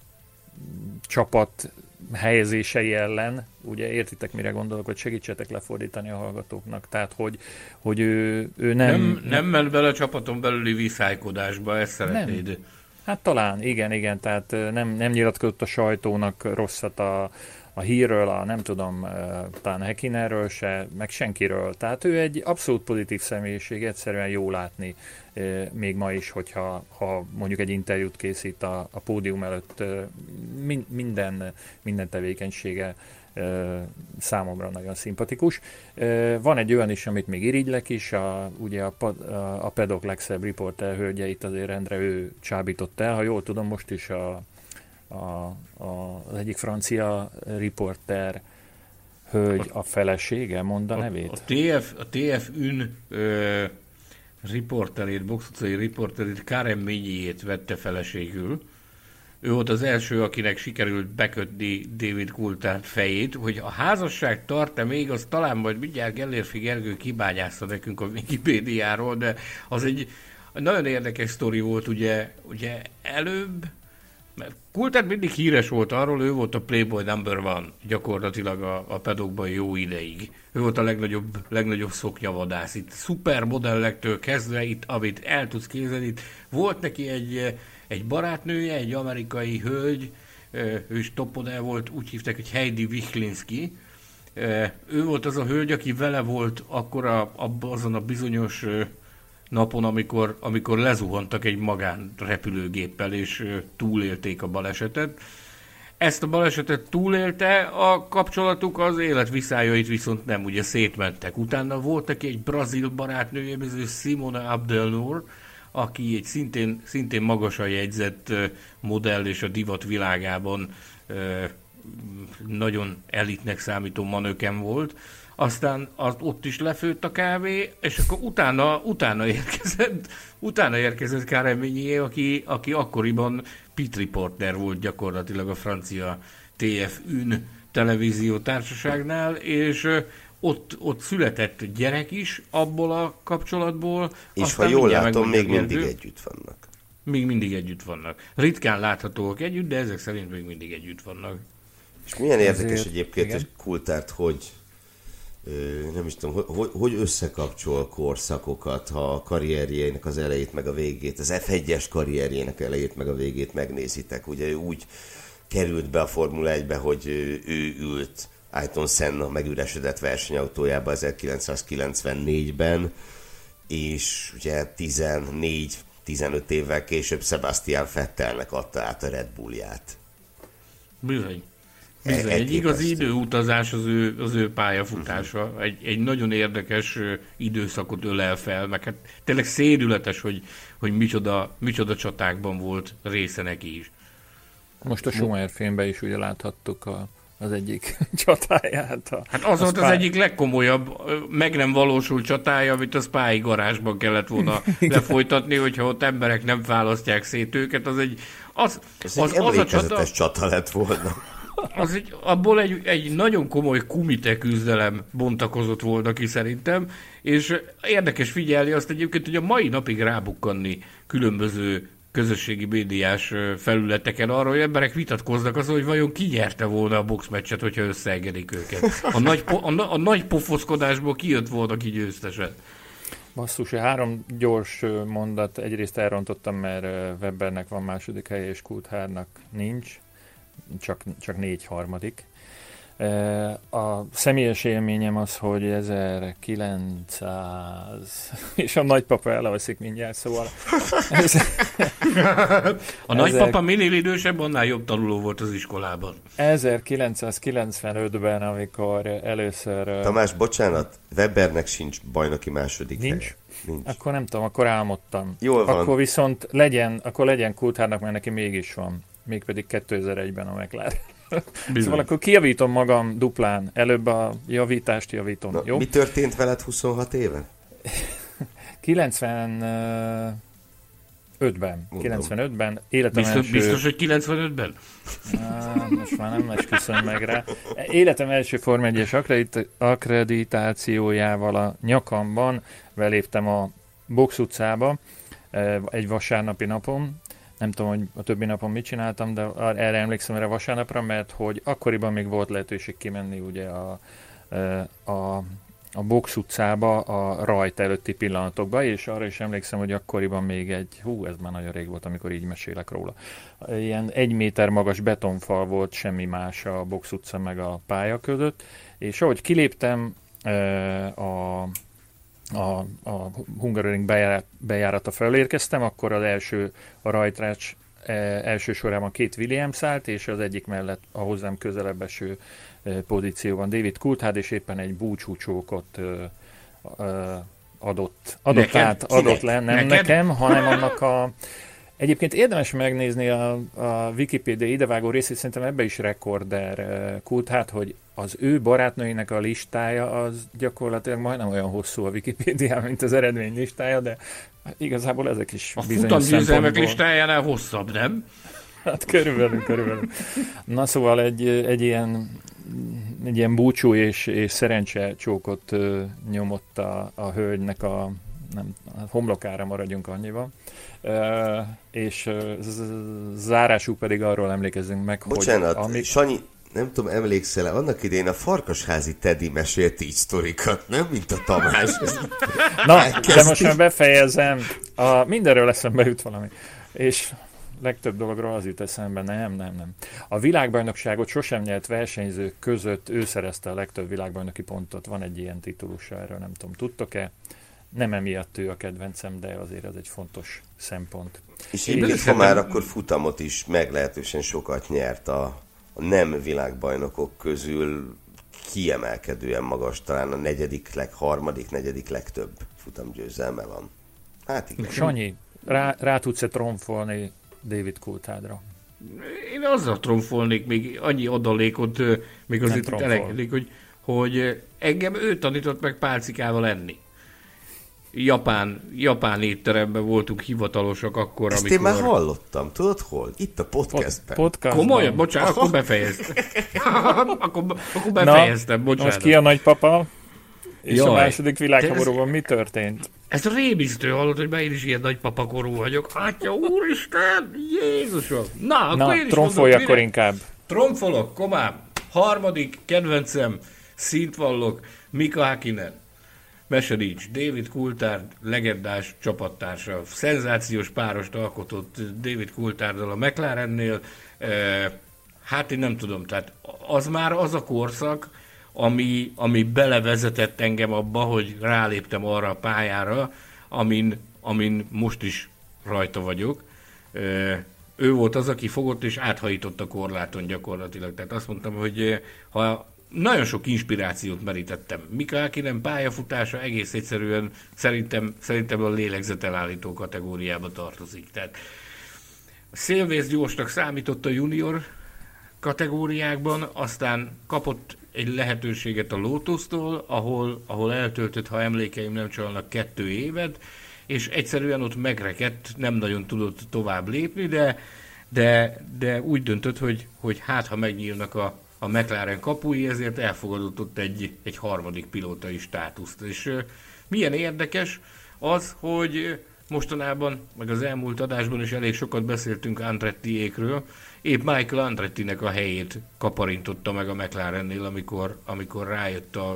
csapat helyezései ellen, ugye értitek, mire gondolok, hogy segítsetek lefordítani a hallgatóknak, tehát hogy, hogy ő, ő nem... Nem, nem ment bele a csapaton belüli viszálykodásba, ezt szeretnéd. Nem. Hát talán, igen, igen, tehát nem, nem nyilatkozott a sajtónak rosszat a, a hírről, a nem tudom, talán Häkkinerről se, meg senkiről. Tehát ő egy abszolút pozitív személyiség, egyszerűen jó látni még ma is, hogyha ha mondjuk egy interjút készít a, a pódium előtt, minden, minden tevékenysége számomra nagyon szimpatikus. Van egy olyan is, amit még irigylek is, a, ugye a, a Paddock legszebb riporter hölgyeit azért rendre ő csábított el. Ha jól tudom, most is a, a, a, az egyik francia riporter hölgy a felesége, mond a nevét. A té ef, a té ef ün ö, riporterét, boxutcai riporterét, Karen Mignyét vette feleségül. Ő volt az első, akinek sikerült bekötni David Coulthard fejét, hogy a házasság tart-e még, az talán majd mindjárt Gellérfi Gergő kibányászta nekünk a Wikipédiáról, de az egy, nagyon érdekes sztori volt, ugye, ugye előbb, mert Coulthard mindig híres volt arról, ő volt a Playboy number one gyakorlatilag a, a pedokban jó ideig. Ő volt a legnagyobb, legnagyobb szoknyavadász. Itt szupermodellektől kezdve, itt, amit el tudsz képzelni, itt volt neki egy, egy barátnője, egy amerikai hölgy, ő is topmodell volt, úgy hívták, hogy Heidi Wichlinski. Ő volt az a hölgy, aki vele volt akkor a, azon a bizonyos napon, amikor, amikor lezuhantak egy magánrepülőgéppel, és túlélték a balesetet. Ezt a balesetet túlélte, a kapcsolatuk az életviszályait viszont nem, ugye szétmentek. Utána volt neki egy brazil barátnője, ez Simona Abdelnour, aki egy szintén, szintén magasan jegyzett modell, és a divat világában nagyon elitnek számító manöken volt. Aztán az, ott is lefőtt a kávé, és akkor utána, utána érkezett, utána érkezett Karen Meunier, aki, aki akkoriban pit reporter volt gyakorlatilag a francia té ef ün televízió társaságnál, és ott, ott született gyerek is abból a kapcsolatból. És ha jól látom, még mindig együtt vannak. Még mindig együtt vannak. Ritkán láthatóak együtt, de ezek szerint még mindig együtt vannak. És milyen érdekes Ezért, egyébként, hogy Coulthard, hogy nem is tudom, hogy, hogy összekapcsol korszakokat, ha a karrierjének az elejét meg a végét, az ef egyes karrierjének elejét meg a végét megnézitek. Ugye ő úgy került be a Formula egybe, hogy ő ült Ayrton Senna megüresedett versenyautójába ezerkilencszázkilencvennégyben, és ugye tizennégy-tizenöt évvel később Sebastian Vettelnek adta át a Red Bullját. Bizony. Bizony, egy igazi időutazás az ő, az ő pályafutása. Uh-huh. Egy, egy nagyon érdekes időszakot ölel fel, meg hát tényleg szédületes, hogy, hogy micsoda, micsoda csatákban volt része neki is. Most a Schumacher filmben is ugye láthattuk a, az egyik csatáját. A, hát az volt az, az egyik legkomolyabb, meg nem valósult csatája, amit a Spy garázsban kellett volna lefolytatni, hogyha ott emberek nem választják szét őket. Az egy, az, az, az, egy az a csata, csata lett volna. Az egy, abból egy, egy nagyon komoly kumite küzdelem bontakozott volna ki szerintem, és érdekes figyelni azt egyébként, hogy a mai napig rábukkanni különböző közösségi médiás felületeken arra, hogy emberek vitatkoznak azon, hogy vajon ki nyerte volna a boxmeccset, hogyha összeengedik őket. A nagy, po, a, a nagy pofoszkodásból kijött volna ki győztesen. Basszus, három gyors mondat. Egyrészt elrontottam, mert Webbernek van második helye, és Coulthardnak nincs. Csak, csak négy harmadik. A személyes élményem az, hogy ezerkilencszáz és a nagypapa elalszik mindjárt, szóval ez, a nagypapa minél idősebb, annál jobb tanuló volt az iskolában. ezerkilencszázkilencvenötben, amikor először... Tamás, bocsánat, Webbernek sincs bajnoki második nincs? helye. Nincs. Akkor nem tudom, akkor álmodtam. Jól van. Akkor viszont legyen, akkor legyen Coulthardnak, mert neki mégis van. Mégpedig kétezer-egyben a McLaren. Szóval akkor kijavítom magam duplán. Előbb a javítást javítom. Na, jó? Mi történt veled huszonhat éve? kilencvenötben. kilencvenötben. Életem biztos, első... biztos, hogy kilencvenötben? Á, most már nem esküszöm meg rá. Életem első Forma egyes akkreditációjával a nyakamban beléptem a Box utcába egy vasárnapi napon. Nem tudom, hogy a többi napon mit csináltam, de erre emlékszem erre vasárnapra, mert hogy akkoriban még volt lehetőség kimenni ugye a, a, a Box utcába a rajt előtti pillanatokba, és arra is emlékszem, hogy akkoriban még egy, hú, ez már nagyon rég volt, amikor így mesélek róla. Ilyen egy méter magas betonfal volt, semmi más a Box utca meg a pálya között, és ahogy kiléptem a a, a Hungaroring bejárat, bejárata felé érkeztem, akkor az első a rajtrács e, első sorában két Williams állt, és az egyik mellett a hozzám közelebb eső e, pozícióban David Coulthard, és éppen egy búcsúcsókot e, e, adott, adott neked? át, adott le, nem neked? nekem, hanem annak a... Egyébként érdemes megnézni a, a Wikipédia idevágó részét, szerintem ebbe is rekorder uh, Coulthard, hogy az ő barátnőinek a listája az gyakorlatilag majdnem olyan hosszú a Wikipédián, mint az eredmény listája, de igazából ezek is a bizonyos futamgyőzelmek szempontból... listájánál hosszabb, nem? Hát körülbelül, körülbelül. Na szóval egy, egy ilyen egy ilyen búcsú és, és szerencsecsókot uh, nyomott a, a hölgynek a nem, homlokára maradjunk annyiban. Uh, és zárású pedig arról emlékezzünk meg, Bocsánat, hogy... Bocsánat, Sanyi, nem tudom, emlékszel-e, annak idején a Farkasházi Teddy mesélt így sztorikat, nem? Mint a Tamás. Na, de most már befejezem. A, mindenről eszembe jut valami. És legtöbb dologról az jut eszembe, nem, nem, nem. A világbajnokságot sosem nyert versenyzők között ő szerezte a legtöbb világbajnoki pontot. Van egy ilyen titulusa, erről nem tudom, tudtok-e? Nem emiatt ő a kedvencem, de azért ez egy fontos szempont. És így ha már akkor futamot is meglehetősen sokat nyert a, a nem világbajnokok közül, kiemelkedően magas, talán a negyedik, leg, harmadik, negyedik legtöbb futamgyőzelme van. Hát igen. Sanyi, rá, rá tudsz-e tromfolni David Coulthardra? Én azzal tromfolnék még annyi adalékot, még azért itt elegedik, hogy, hogy engem ő tanított meg pálcikával enni. Japán, japán étteremben voltunk hivatalosak akkor, Ezt amikor... én már hallottam, tudod hol? Itt a podcastben. Podcastban. Komolyan? Bocsánat, akkor befejeztem. akkor, akkor befejeztem, bocsánat. Most ki a nagypapa? És Jaj, a második világháborúban ez... mi történt? Ez rémisztő hallott, hogy már én is ilyen nagypapakorú vagyok. Atya, úristen, Jézusom! Na, akkor Na, én is tromfolj mondom, akkor inkább. Tromfolok, komám. Harmadik kedvencem, szintvallok, Mika Häkkinen. Mese nincs. David Coulthard, legendás csapattársa. Szenzációs párost alkotott David Coultharddal a McLarennél. Hát én nem tudom, tehát az már az a korszak, ami, ami belevezetett engem abba, hogy ráléptem arra a pályára, amin, amin most is rajta vagyok. Ő volt az, aki fogott és áthajított a korláton gyakorlatilag. Tehát azt mondtam, hogy ha nagyon sok inspirációt merítettem. Mika Häkkinen pályafutása egész egyszerűen szerintem, szerintem a lélegzetelállító kategóriába tartozik. Tehát a szélvészgyorsnak számított a junior kategóriákban, aztán kapott egy lehetőséget a Lotus-tól, ahol, ahol eltöltött, ha emlékeim nem csalnak, kettő évet, és egyszerűen ott megrekedt, nem nagyon tudott tovább lépni, de, de, de úgy döntött, hogy, hogy hát ha megnyílnak a a McLaren kapui, ezért elfogadott ott egy, egy harmadik pilótai státuszt. És uh, milyen érdekes az, hogy mostanában, meg az elmúlt adásban is elég sokat beszéltünk Andrettiékről, épp Michael Andrettinek a helyét kaparintotta meg a McLarennél, amikor, amikor rájött a,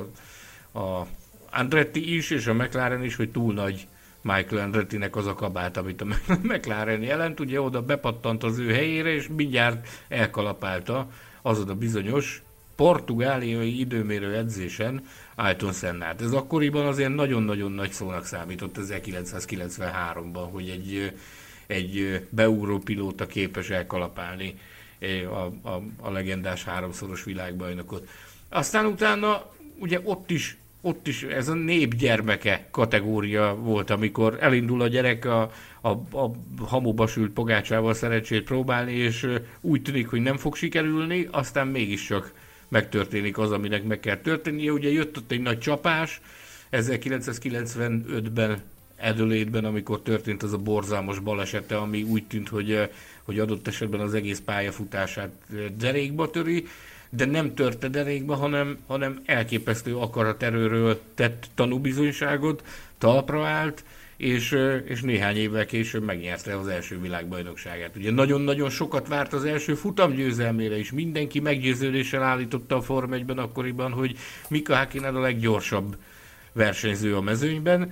a Andretti is, és a McLaren is, hogy túl nagy Michael Andrettinek az a kabát, amit a McLaren jelent. Ugye oda bepattant az ő helyére, és mindjárt elkalapálta azon a bizonyos portugáliai időmérő edzésen Ayrton Sennát. Ez akkoriban azért nagyon-nagyon nagy szónak számított ezerkilencszázkilencvenháromban, hogy egy, egy beugró pilóta képes elkalapálni a, a, a legendás háromszoros világbajnokot. Aztán utána ugye ott is, ott is ez a népgyermeke kategória volt, amikor elindul a gyerek a, a, a hamuba sült pogácsával szerencsét próbálni, és úgy tűnik, hogy nem fog sikerülni, aztán mégiscsak megtörténik az, aminek meg kell történnie. Ugye jött ott egy nagy csapás ezerkilencszázkilencvenötben Adelaide-ben, amikor történt az a borzalmas balesete, ami úgy tűnt, hogy, hogy adott esetben az egész pályafutását derékba töri, de nem törte derékba, hanem, hanem elképesztő akaraterőről tett tanúbizonyságot, talpra állt, és, és néhány évvel később megnyerte az első világbajnokságát. Ugye nagyon-nagyon sokat várt az első futamgyőzelmére is. Mindenki meggyőződéssel állította a Forma egyben akkoriban, hogy Mika Häkkinen a leggyorsabb versenyző a mezőnyben.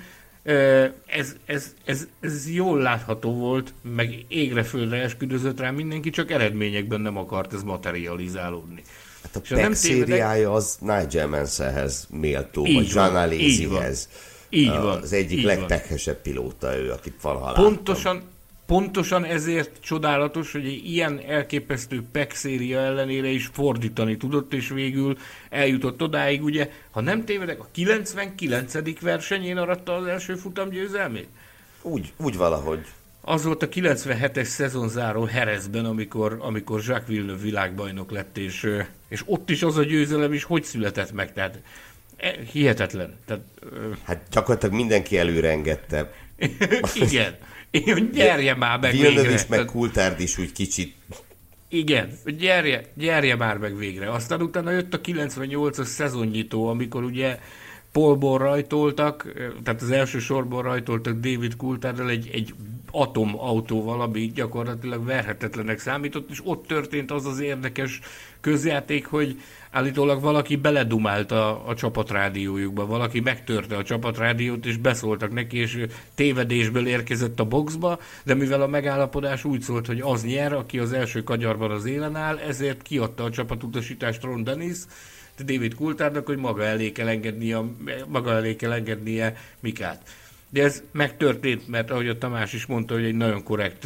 Ez, ez, ez, ez jól látható volt, meg égre-földre esküdözött rá mindenki, csak eredményekben nem akart ez materializálódni. Hát a Peck szériája az Nigel Mansellhez méltó, vagy Jean Alesihez. Így van. Az egyik így legpekhesebb pilóta ő, akit valaha pontosan, láttam. Pontosan ezért csodálatos, hogy egy ilyen elképesztő Peck széria ellenére is fordítani tudott, és végül eljutott odáig, ugye, ha nem tévedek, a kilencvenkilencedik versenyén aratta az első futamgyőzelmét? Úgy, úgy valahogy. Az volt a kilencvenhetes szezonzáró Jerezben, amikor, amikor Jacques Villeneuve világbajnok lett, és, és ott is az a győzelem is hogy született meg, tehát hihetetlen. Tehát, hát gyakorlatilag mindenki előre engedte. Igen. Én, gyerje már meg Villeneuve végre. is, meg Coulthard is úgy kicsit. Igen, gyerje, gyerje már meg végre. Aztán utána jött a kilencvennyolcas szezonnyitó, amikor ugye Polból rajtoltak, tehát az első sorból rajtoltak David Coulthardral egy, egy atomautóval, ami gyakorlatilag verhetetlenek számított, és ott történt az az érdekes közjáték, hogy állítólag valaki beledumált a, a csapatrádiójukba, valaki megtörte a csapatrádiót, és beszóltak neki, és tévedésből érkezett a boxba, de mivel a megállapodás úgy szólt, hogy az nyer, aki az első kagyarban az élen áll, ezért kiadta a csapatutasítást Ron Dennis, David Coulthardnak, hogy maga elé kell engednie, maga elé kell engednie Mikát. De ez megtörtént, mert ahogy a Tamás is mondta, hogy egy nagyon korrekt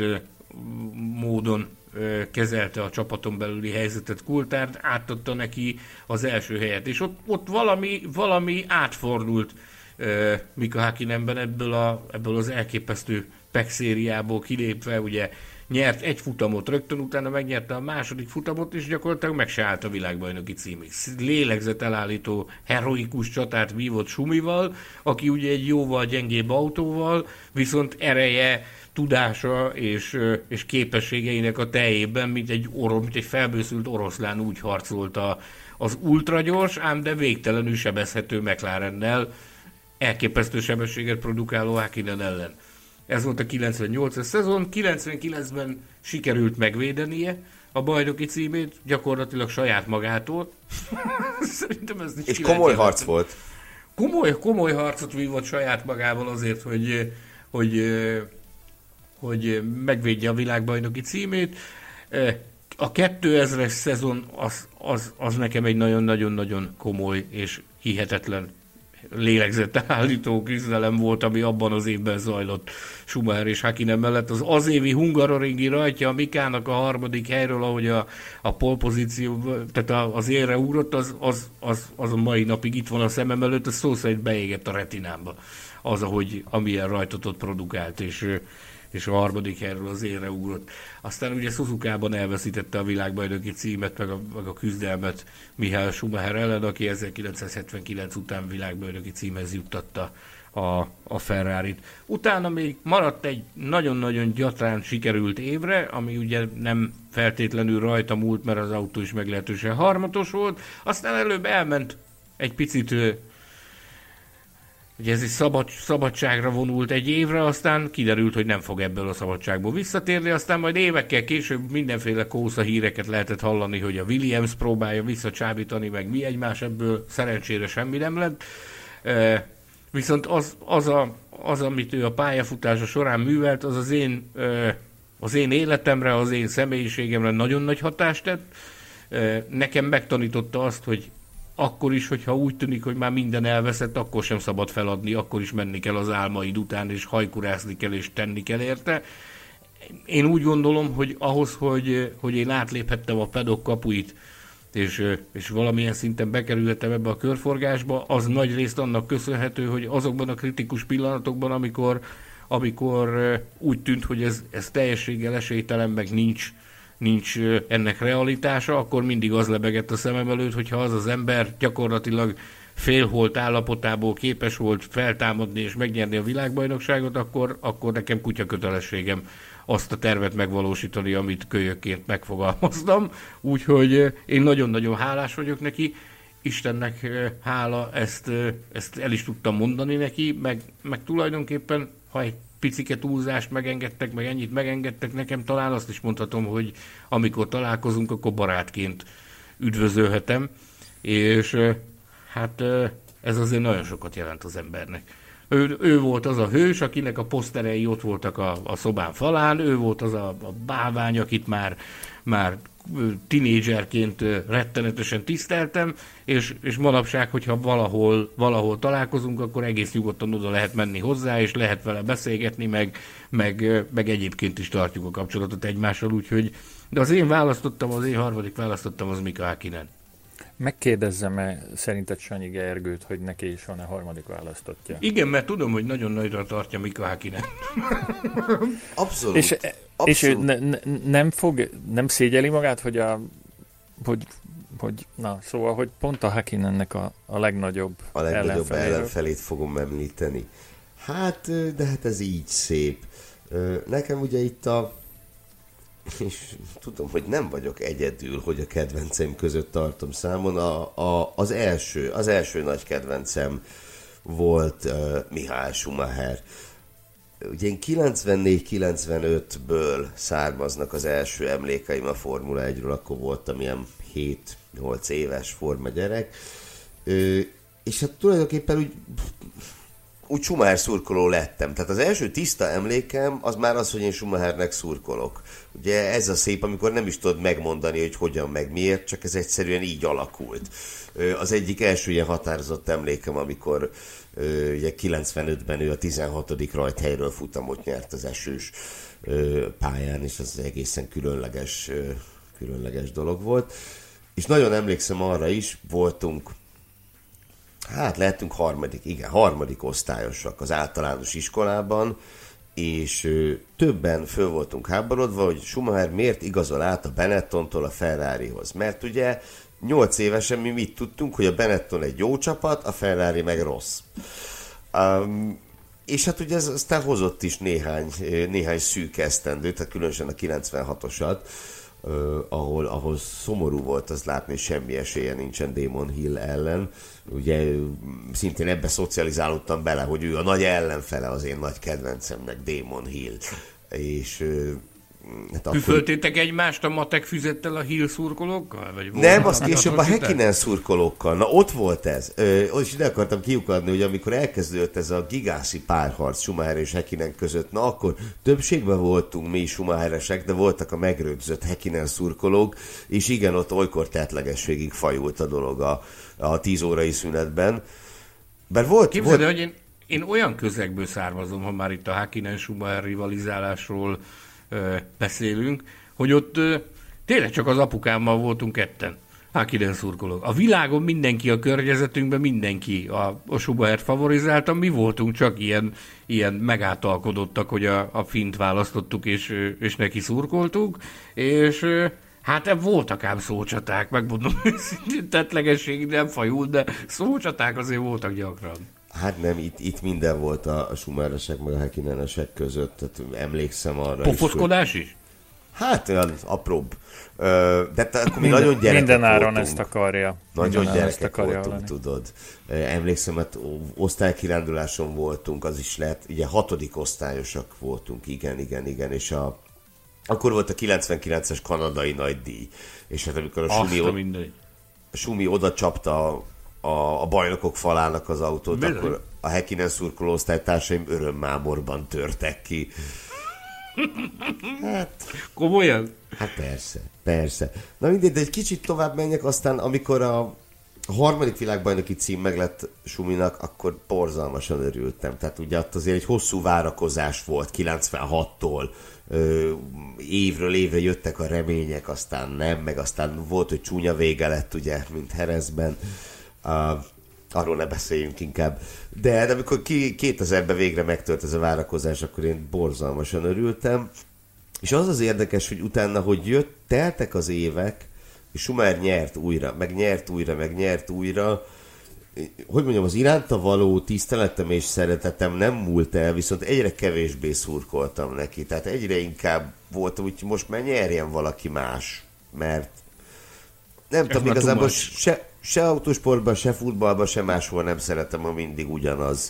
módon kezelte a csapaton belüli helyzetet Coulthard, átadta neki az első helyet. És ott, ott valami, valami átfordult Mika Häkkinenben ebből, a, ebből az elképesztő pek szériából kilépve, ugye nyert egy futamot rögtön, utána megnyerte a második futamot, és gyakorlatilag meg se állt a világbajnoki címig. Lélegzet elállító, heroikus csatát vívott Schumival, aki ugye egy jóval gyengébb autóval, viszont ereje, tudása és, és képességeinek a teljében, mint egy, orosz, mint egy felbőszült oroszlán úgy harcolt a, az ultragyors, ám de végtelenül sebezhető McLarennel, elképesztő sebességet produkáló Häkkinen ellen. Ez volt a kilencvennyolcas szezon, kilencvenkilencben sikerült megvédenie a bajnoki címét, gyakorlatilag saját magától. Szerintem ez És komoly harc volt. Komoly, komoly harcot vívott saját magával azért, hogy, hogy, hogy megvédje a világbajnoki címét. A kétezres szezon az, az, az nekem egy nagyon-nagyon-nagyon komoly és hihetetlen lélegzettelállító küzdelem volt, ami abban az évben zajlott Schumacher és Häkkinen mellett. Az az évi hungaroringi rajtja a Mikának a harmadik helyről, ahogy a, a pole pozíció, tehát az élre ugrott, az, az, az, az a mai napig itt van a szemem előtt, az szó szerint beégett a retinámba. Az, ahogy amilyen rajtot ott produkált, és, és a harmadik helyről az élre ugrott. Aztán ugye Suzukában elveszítette a világbajnoki címet, meg a, meg a küzdelmet Michael Schumacher ellen, aki ezerkilencszázhetvenkilenc után világbajnoki címhez juttatta a, a Ferrarit. Utána még maradt egy nagyon-nagyon gyatrán sikerült évre, ami ugye nem feltétlenül rajta múlt, mert az autó is meglehetősen harmatos volt. Aztán előbb elment egy picit, ugye ez egy szabad, szabadságra vonult egy évre, aztán kiderült, hogy nem fog ebből a szabadságból visszatérni, aztán majd évekkel később mindenféle kósza híreket lehetett hallani, hogy a Williams próbálja visszacsábítani, meg mi egymás, ebből szerencsére semmi nem lett. E, viszont az, az, a, az, amit ő a pályafutása során művelt, az az én, e, az én életemre, az én személyiségemre nagyon nagy hatást tett. E, nekem megtanította azt, hogy akkor is, hogyha úgy tűnik, hogy már minden elveszett, akkor sem szabad feladni, akkor is menni kell az álmaid után, és hajkurászni kell, és tenni kell érte. Én úgy gondolom, hogy ahhoz, hogy, hogy én átléphettem a pedok kapuit, és, és valamilyen szinten bekerülhetem ebbe a körforgásba, az nagy részt annak köszönhető, hogy azokban a kritikus pillanatokban, amikor, amikor úgy tűnt, hogy ez, ez teljességgel esélytelen, meg nincs, nincs ennek realitása, akkor mindig az lebegett a szemem előtt, hogyha az az ember gyakorlatilag félholt állapotából képes volt feltámadni és megnyerni a világbajnokságot, akkor, akkor nekem kutya kötelességem azt a tervet megvalósítani, amit kölyökként megfogalmaztam. Úgyhogy én nagyon-nagyon hálás vagyok neki, Istennek hála, ezt, ezt el is tudtam mondani neki, meg, meg tulajdonképpen, ha egy picike túlzást megengedtek, meg ennyit megengedtek nekem, talán azt is mondhatom, hogy amikor találkozunk, akkor barátként üdvözölhetem, és hát ez azért nagyon sokat jelent az embernek. Ő, ő volt az a hős, akinek a poszterei ott voltak a, a szobán falán, ő volt az a, a bálvány, akit már, már tinédzserként rettenetesen tiszteltem, és, és manapság, hogyha valahol, valahol találkozunk, akkor egész nyugodtan oda lehet menni hozzá, és lehet vele beszélgetni, meg, meg, meg egyébként is tartjuk a kapcsolatot egymással, úgyhogy de az én választottam, az én harmadik választottam, az Mika Häkkinen. Megkérdezzem-e szerinted Sanyi Gergőt, hogy neki is van-e harmadik választottja? Igen, mert tudom, hogy nagyon nagyra tartja Mika Häkkinen. Abszolút. És, Abszolút. és ő ne, ne, nem fog, nem szégyeli magát, hogy a hogy, hogy na, szóval, hogy pont a Häkkinennek a, a legnagyobb A legnagyobb ellenfeléről. ellenfelét fogom említeni. Hát, de hát ez így szép. Nekem ugye itt a és tudom, hogy nem vagyok egyedül, hogy a kedvenceim között tartom számon. A, a, az első, az első nagy kedvencem volt uh, Michael Schumacher. Ugye én kilencvennégy kilencvenötből származnak az első emlékeim a Formula egyről, akkor voltam ilyen hét-nyolc éves forma gyerek. Ö, és hát tulajdonképpen úgy, úgy Schumacher szurkoló lettem. Tehát az első tiszta emlékem az már az, hogy én Schumachernek szurkolok. Ugye ez a szép, amikor nem is tudod megmondani, hogy hogyan meg miért, csak ez egyszerűen így alakult. Ö, az egyik első ilyen határozott emlékem, amikor ö, ugye kilencvenötben ő a tizenhatodik rajthelyről futamot nyert az esős ö, pályán, és az egészen különleges, ö, különleges dolog volt. És nagyon emlékszem arra is, voltunk, hát lehetünk harmadik, igen, harmadik osztályosak az általános iskolában, és ö, többen föl voltunk háborodva, hogy Schumacher miért igazol át a Benettontól a Ferrarihoz. Mert ugye nyolc évesen mi mit tudtunk, hogy a Benetton egy jó csapat, a Ferrari meg rossz. Um, és hát ugye ez aztán hozott is néhány, néhány szűk esztendőt, tehát különösen a kilencvenhatosat, uh, ahol, ahol szomorú volt az látni, hogy semmi esélye nincsen Damon Hill ellen. Ugye szintén ebbe szocializálódtam bele, hogy ő a nagy ellenfele az én nagy kedvencemnek, Damon Hill. És uh, hát Püföltétek akkor... egymást a matek füzettel a Hill szurkolókkal? Vagy nem, az később a Häkkinen szurkolókkal. Na ott volt ez. Ö, és ide akartam kiukadni, hogy amikor elkezdődött ez a gigászi párharc Schumacher és Häkkinen között, na akkor többségben voltunk mi Schumacheresek, de voltak a megrögzött Häkkinen szurkolók, és igen, ott olykor tehetlegességig fajult a dolog a, a tíz órai szünetben. Bár volt... Képzeld, volt... hogy én, én olyan közegből származom, ha már itt a Häkkinen-Schumacher rivalizálásról beszélünk, hogy ott ö, tényleg csak az apukámmal voltunk ketten. Häkkinen szurkolók. A világon mindenki, a környezetünkben mindenki a, a Schumachert favorizálta, mi voltunk csak ilyen, ilyen megátalkodottak, hogy a, a Fint választottuk, és, és neki szurkoltunk, és ö, hát voltak ám szócsaták, megmondom őszintén, tettlegesség nem fajult, de szócsaták azért voltak gyakran. Hát nem, itt, itt minden volt a, a Schumacheresek meg a Häkkinenesek között, tehát emlékszem arra Pofozkodás is. Hogy... is? Hát olyan apróbb. De akkor mi nagyon gyerekek minden áron voltunk. ezt akarja. Nagyon minden gyerekek voltunk, lenni. Tudod. Emlékszem, hát osztálykiránduláson voltunk, az is lehet, ugye hatodik osztályosak voltunk, igen, igen, igen, és a, akkor volt a kilencvenkilences kanadai nagydíj, és hát amikor a Sumi, od, a Sumi oda csapta a A, a bajnokok falának az autót, bizony, akkor a Häkkinen szurkoló osztálytársaim örömmámorban törtek ki. Hát, komolyan? Hát persze, persze. Na mindegy, de egy kicsit tovább menjek, aztán amikor a, a harmadik világbajnoki cím meglett Suminak, akkor borzalmasan örültem. Tehát ugye ott azért egy hosszú várakozás volt, kilencvenhattól, ö, évről évre jöttek a remények, aztán nem, meg aztán volt, hogy csúnya vége lett, ugye, mint Jerezben. Uh, arról ne beszéljünk inkább. De, de amikor ki, kétezerben végre megtört ez a várakozás, akkor én borzalmasan örültem. És az az érdekes, hogy utána, hogy jött, teltek az évek, és Schumacher nyert újra, meg nyert újra, meg nyert újra. Hogy mondjam, az iránta való tiszteletem és szeretetem nem múlt el, viszont egyre kevésbé szurkoltam neki. Tehát egyre inkább voltam, hogy most már nyerjen valaki más. Mert nem tudom, igazából se... Se autósportban, se futballban, se máshol nem szeretem, ha mindig ugyanaz,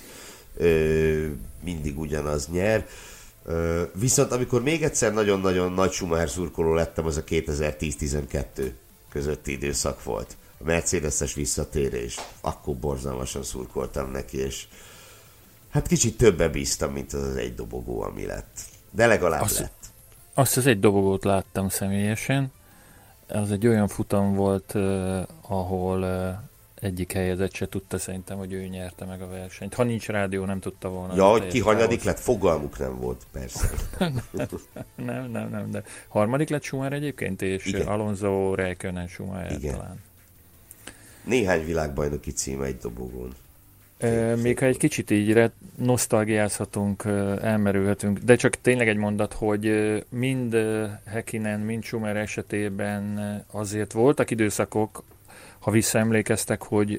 ö, mindig ugyanaz nyer. Ö, viszont amikor még egyszer nagyon-nagyon nagy Schumacher szurkoló lettem, az a kétezer-tíz-tizenkettő közötti időszak volt. A Mercedes-es visszatérés. Akkor borzalmasan szurkoltam neki, és hát kicsit többen bíztam, mint az az egy dobogó, ami lett. De legalább azt, lett. Azt az egy dobogót láttam személyesen. Az egy olyan futam volt, uh, ahol uh, egyik helyezett se tudta szerintem, hogy ő nyerte meg a versenyt. Ha nincs rádió, nem tudta volna. Ja, hogy ki hanyadik lett, fogalmuk nem volt, persze. nem, nem, nem, de harmadik lett Schumacher egyébként, és igen. Alonso, Räikkönen, Schumacher igen. Talán. Néhány világbajnoki cím egy dobogón. Uh, még ha egy kicsit így nosztalgiázhatunk, uh, elmerülhetünk, de csak tényleg egy mondat, hogy uh, mind uh, Häkkinen, mind Schumacher esetében uh, azért voltak időszakok, ha visszaemlékeztek, hogy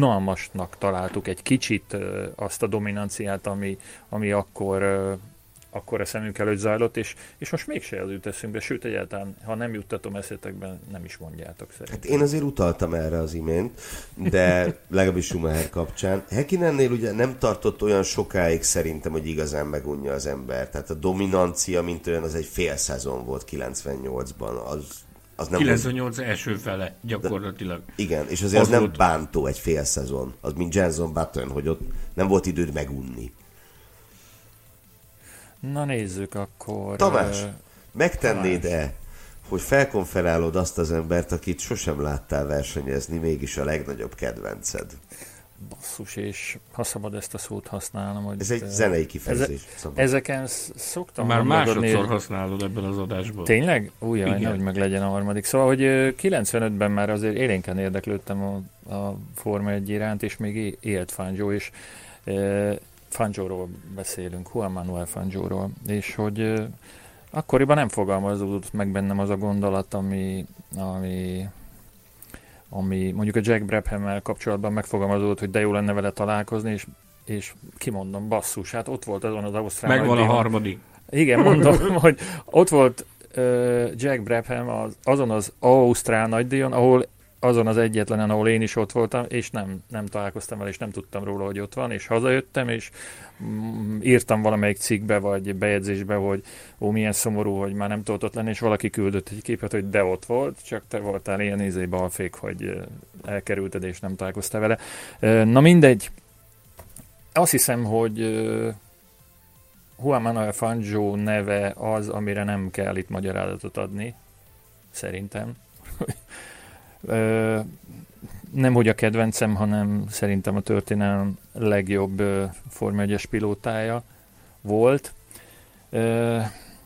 unalmasnak találtuk egy kicsit uh, azt a dominanciát, ami, ami akkor, uh, akkor a szemünk előtt zajlott, és, és most mégse az jut eszünkbe, sőt egyáltalán, ha nem juttatom eszetekben, nem is mondjátok szerintem. Hát én azért utaltam erre az imént, de legalábbis Schumacher kapcsán. Häkkinennél ugye nem tartott olyan sokáig szerintem, hogy igazán megunja az ember. Tehát a dominancia, mint olyan, az egy fél szezon volt kilencvennyolcban. Az, az nem kilencvennyolc volt... első fele gyakorlatilag. De, igen, és azért az, az nem volt... bántó egy fél szezon. Az mint Jenson Button, hogy ott nem volt időd megunni. Na nézzük akkor. Tamás, uh, megtennéd-e, hogy felkonferálod azt az embert, akit sosem láttál versenyezni, mégis a legnagyobb kedvenced? Basszus, és ha szabad ezt a szót használnom. Hogy ez egy uh, zenei kifejezés. Eze- ezeken szoktam már másodszor hogy... használod ebben az adásban. Tényleg? Új, jaj, nehogy meg legyen a harmadik. Szóval, hogy kilencvenötben már azért élénken érdeklődtem a, a Forma egy iránt, és még élt Fangio is. Uh, Fangioról beszélünk, Juan Manuel Fangioról, és hogy uh, akkoriban nem fogalmazódott meg bennem az a gondolat, ami, ami, ami mondjuk a Jack Brabhammel kapcsolatban megfogalmazódott, hogy de jó lenne vele találkozni, és, és kimondom, basszus, hát ott volt azon az ausztrál megvan nagydíjon. A harmadik. Igen, mondom, hogy ott volt uh, Jack Brabham az, azon az ausztrál nagydíjon, ahol azon az egyetlenen, ahol én is ott voltam, és nem, nem találkoztam vele, és nem tudtam róla, hogy ott van, és hazajöttem, és mm, írtam valamelyik cikkbe, vagy bejegyzésbe, hogy ó, milyen szomorú, hogy már nem tudott ott lenni, és valaki küldött egy képet, hogy de ott volt, csak te voltál ilyen ízé balfék, hogy elkerülted, és nem találkoztál vele. Na mindegy, azt hiszem, hogy Juan Manuel Fangio neve az, amire nem kell itt magyarázatot adni, szerintem. Ö, nem hogy a kedvencem, hanem szerintem a történelem legjobb ö, Forma egyes pilótája volt. Ö,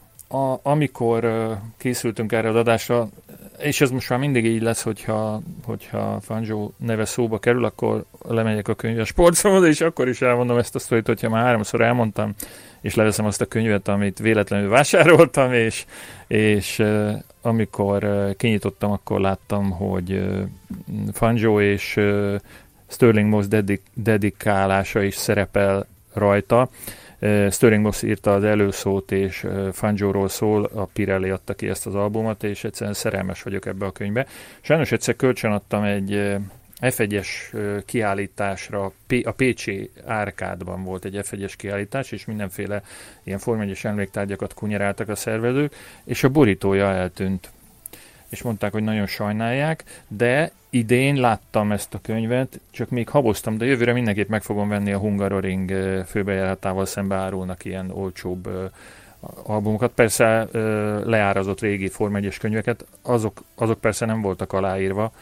a, amikor ö, készültünk erre az adásra, és ez most már mindig így lesz, hogyha, hogyha Fangio neve szóba kerül, akkor lemegyek a könyves sportszomhoz, és akkor is elmondom ezt a sztorit, hogyha már háromszor elmondtam, és leveszem azt a könyvet, amit véletlenül vásároltam, és, és uh, amikor uh, kinyitottam, akkor láttam, hogy uh, Fangio és uh, Stirling Moss dedik- dedikálása is szerepel rajta. Uh, Stirling Moss írta az előszót, és uh, Fangioról szól, a Pirelli adta ki ezt az albumot, és egyszerűen szerelmes vagyok ebbe a könyvbe. Sajnos egyszer kölcsönadtam egy uh, ef egyes kiállításra, a Pécsi Árkádban volt egy ef egyes kiállítás, és mindenféle ilyen Forma egyes emléktárgyakat kunyeráltak a szervezők, és a borítója eltűnt. És mondták, hogy nagyon sajnálják, de idén láttam ezt a könyvet, csak még haboztam, de jövőre mindenképp meg fogom venni a Hungaroring főbejáratával szembe árulnak ilyen olcsóbb albumokat. Persze leárazott régi Forma egyes könyveket, azok, azok persze nem voltak aláírva,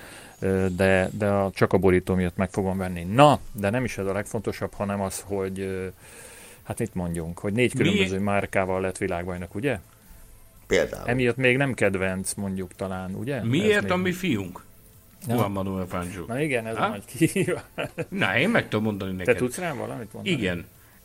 de, de a, csak a borító miatt meg fogom venni. Na, de nem is ez a legfontosabb, hanem az, hogy hát mit mondjunk, hogy négy különböző Mi? márkával lett világbajnok, ugye? Például. Emiatt még nem kedvenc, mondjuk talán, ugye? Miért ez a még... mi fiunk? Juan Manuel Fangio. Na igen, ez ha? a nagy kihívás. Na, én meg tudom mondani neked. Te tudsz rám valamit mondani? Igen.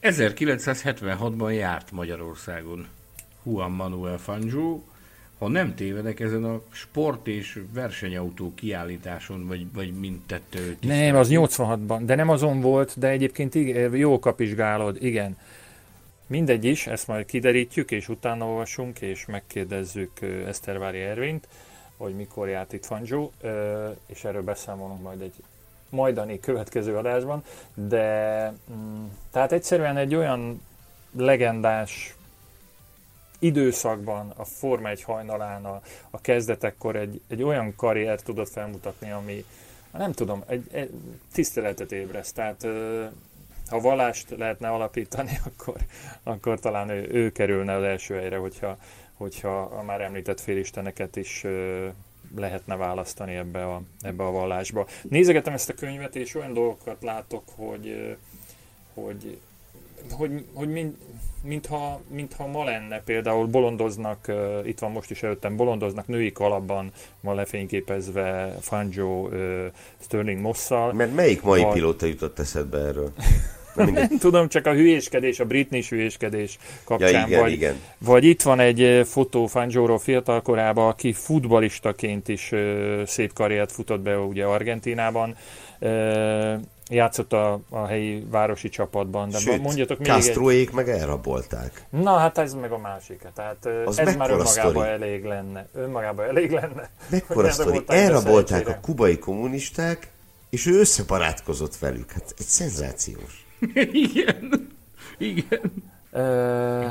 ezerkilencszázhetvenhatban járt Magyarországon Juan Manuel Fangio. Ha nem tévedek, ezen a sport és versenyautó kiállításon, vagy, vagy mint tette ő tisztelni. Nem, az nyolcvanhatban, de nem azon volt, de egyébként igen, jól kapizsgálod, igen. Mindegy is, ezt majd kiderítjük, és utána olvasunk, és megkérdezzük Esztervári Ervint, hogy mikor járt itt Fangio, és erről beszámolunk majd egy majdani következő adásban, de mm, tehát egyszerűen egy olyan legendás időszakban, a Forma egy hajnalán, a, a kezdetekkor egy, egy olyan karriert tudott felmutatni, ami, nem tudom, egy, egy tiszteletet ébreszt. Tehát ha vallást lehetne alapítani, akkor, akkor talán ő, ő kerülne az első helyre, hogyha, hogyha a már említett félisteneket is lehetne választani ebbe a, ebbe a vallásba. Nézegetem ezt a könyvet, és olyan dolgokat látok, hogy, hogy hogy, hogy mint, mintha, mintha ma lenne, például bolondoznak, uh, itt van most is előttem, bolondoznak női kalapban, van lefényképezve Fangio uh, Stirling Mosszal. Mert melyik mai vagy... pilóta jutott eszedbe erről? Nem, nem tudom, csak a hülyéskedés, a Britney hülyéskedés kapcsán. Ja, igen, vagy, igen. vagy itt van egy fotó Fangioról fiatalkorában, aki futballistaként is uh, szép karriert futott be ugye Argentínában, uh, játszott a, a helyi városi csapatban, de sőt, mondjatok még Castroék egy... meg elrabolták. Na, hát ez meg a másik. Tehát az ez már önmagában sztori? elég lenne. Önmagában elég lenne. Mekkora sztori? Elrabolták a kubai kommunisták, és ő összebarátkozott velük. Hát egy szenzációs. Igen. Igen. Ö...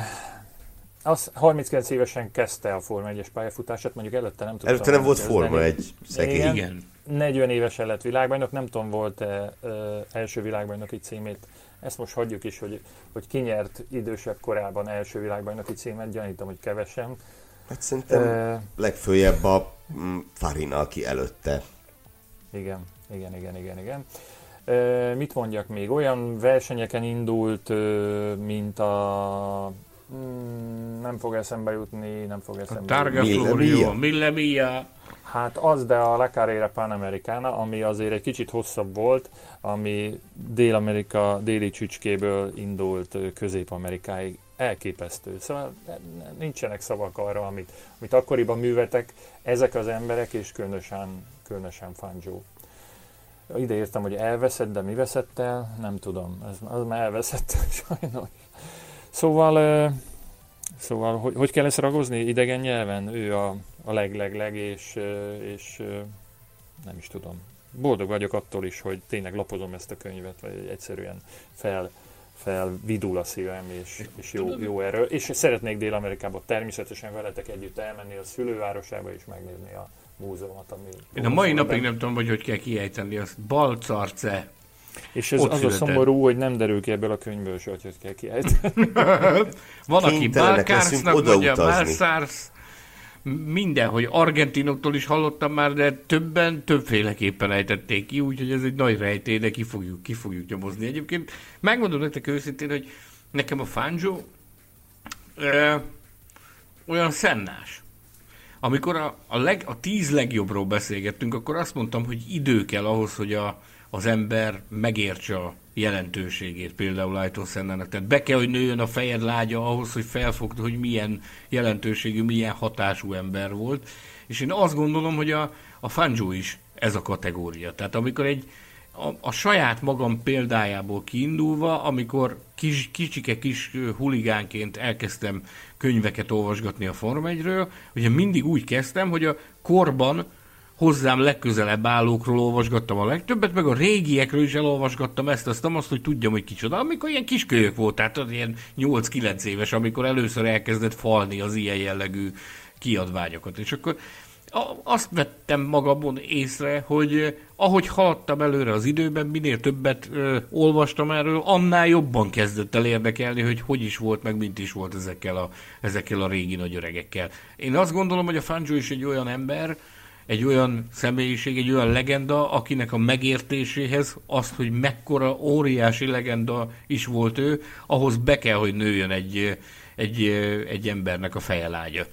Az harminckilenc évesen kezdte a Forma egyes pályafutását, mondjuk előtte nem tudtam. Előtte nem volt kezdeni. Forma egy szegény. Igen. negyven évesen lett világbajnok, nem tudom, volt-e ö, első világbajnoki címét. Ezt most hagyjuk is, hogy, hogy ki nyert idősebb korában első világbajnoki címet, gyanítom, hogy kevesen. Hát szerintem uh, legfőjebb a mm, Farina, aki előtte. Igen, igen, igen, igen, igen. Uh, mit mondjak még? Olyan versenyeken indult, uh, mint a... Mm, nem fog eszembe jutni, nem fog eszembe jutni. Targa Florio, Mille Mia. Hát az, de a La Carrera Panamericana, ami azért egy kicsit hosszabb volt, ami Dél-Amerika déli csücskéből indult Közép-Amerikáig. Elképesztő. Szóval nincsenek szavak arra, amit, amit akkoriban művetek ezek az emberek, és különösen, különösen Fangio. Ide írtam, hogy elveszett, de mi veszett el? Nem tudom. Ez, az már elveszett, sajnos. Szóval... Szóval, hogy, hogy kell ezt ragozni idegen nyelven? Ő a, a leg-leg-leg, és, és nem is tudom. Boldog vagyok attól is, hogy tényleg lapozom ezt a könyvet, vagy egyszerűen fel, felvidul a szívem, és, és jó, jó erről. És szeretnék Dél-Amerikába természetesen veletek együtt elmenni a szülővárosába, és megnézni a múzeumot, ami... Én a mai napig nem tudom, hogy hogy kell kiejteni azt. Balcarce. És ez ott az született. A szomorú, hogy nem derül ki ebből a könyvből, hogy hogy kell kiejteni. Van, aki Balcarce-nak mondja, Balcarce. Minden, hogy argentinoktól is hallottam már, de többen többféleképpen ejtették ki, úgyhogy ez egy nagy rejtély, de ki fogjuk, ki fogjuk nyomozni. Egyébként megmondom nektek őszintén, hogy nekem a Fangio ö, olyan szennás. Amikor a, a, leg, a tíz legjobbról beszélgettünk, akkor azt mondtam, hogy idő kell ahhoz, hogy a az ember megértse a jelentőségét, például Ayrton Sennának. Tehát be kell, hogy nőjön a fejed lágya ahhoz, hogy felfogd, hogy milyen jelentőségű, milyen hatású ember volt. És én azt gondolom, hogy a, a Fangio is ez a kategória. Tehát amikor egy a, a saját magam példájából kiindulva, amikor kis, kicsike kis huligánként elkezdtem könyveket olvasgatni a Forma egyről, ugye mindig úgy kezdtem, hogy a korban hozzám legközelebb állókról olvasgattam a legtöbbet, meg a régiekről is elolvasgattam ezt, azt, azt, hogy tudjam, hogy kicsoda. Amikor ilyen kiskölyök volt, tehát az ilyen nyolc-kilenc éves, amikor először elkezdett falni az ilyen jellegű kiadványokat. És akkor azt vettem magamon észre, hogy ahogy haladtam előre az időben, minél többet ö, olvastam erről, annál jobban kezdett el érdekelni, hogy hogy is volt, meg mint is volt ezekkel a, ezekkel a régi nagyöregekkel. Én azt gondolom, hogy a Fangio is egy olyan ember, egy olyan személyiség, egy olyan legenda, akinek a megértéséhez azt, hogy mekkora óriási legenda is volt ő, ahhoz be kell, hogy nőjön egy, egy, egy embernek a fejelágya.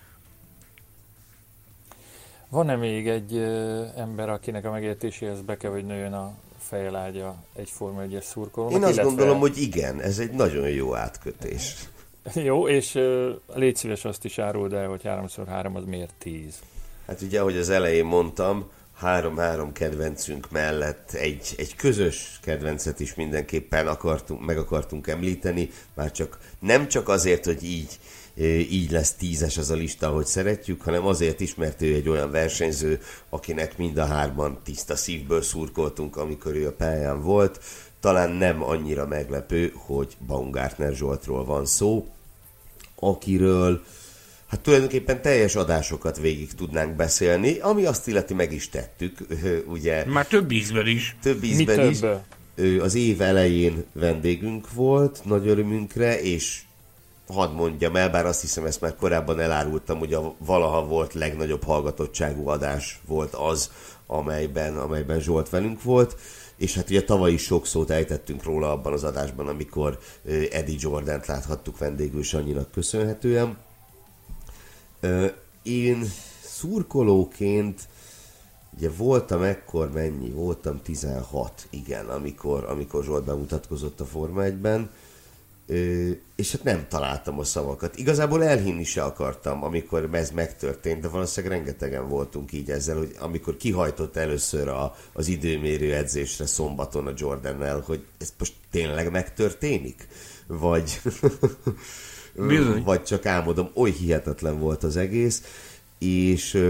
Van-e még egy ö, ember, akinek a megértéséhez be kell, hogy nőjön a fejelágya egy Forma egyes szurkolónak? Én azt illetve... gondolom, hogy igen, ez egy nagyon jó átkötés. Jó, és ö, légy szíves, azt is áruld el, hogy háromszor három az miért tíz? Hát ugye, ahogy az elején mondtam, három-három kedvencünk mellett egy, egy közös kedvencet is mindenképpen akartunk, meg akartunk említeni, már csak nem csak azért, hogy így, így lesz tízes az a lista, ahogy szeretjük, hanem azért is, mert ő egy olyan versenyző, akinek mind a hárman tiszta szívből szurkoltunk, amikor ő a pályán volt. Talán nem annyira meglepő, hogy Baumgartner Zsoltról van szó, akiről hát tulajdonképpen teljes adásokat végig tudnánk beszélni, ami azt illeti meg is tettük, ugye. Már több ízben is. Több ízben is. Ő az év elején vendégünk volt, nagy örömünkre, és hadd mondjam el, bár azt hiszem, ezt már korábban elárultam, hogy a valaha volt legnagyobb hallgatottságú adás volt az, amelyben, amelyben Zsolt velünk volt, és hát ugye tavaly is sok szót ejtettünk róla abban az adásban, amikor Eddie Jordant láthattuk vendégül Sanyinak köszönhetően. Én szurkolóként ugye voltam ekkor mennyi? Voltam tizenhat, igen, amikor, amikor Zsolt bemutatkozott a Forma egyben, és hát nem találtam a szavakat. Igazából elhinni se akartam, amikor ez megtörtént, de valószínűleg rengetegen voltunk így ezzel, hogy amikor kihajtott először a, az időmérő edzésre szombaton a Jordannel, hogy ez most tényleg megtörténik? Vagy, vagy csak álmodom, oly hihetetlen volt az egész, és...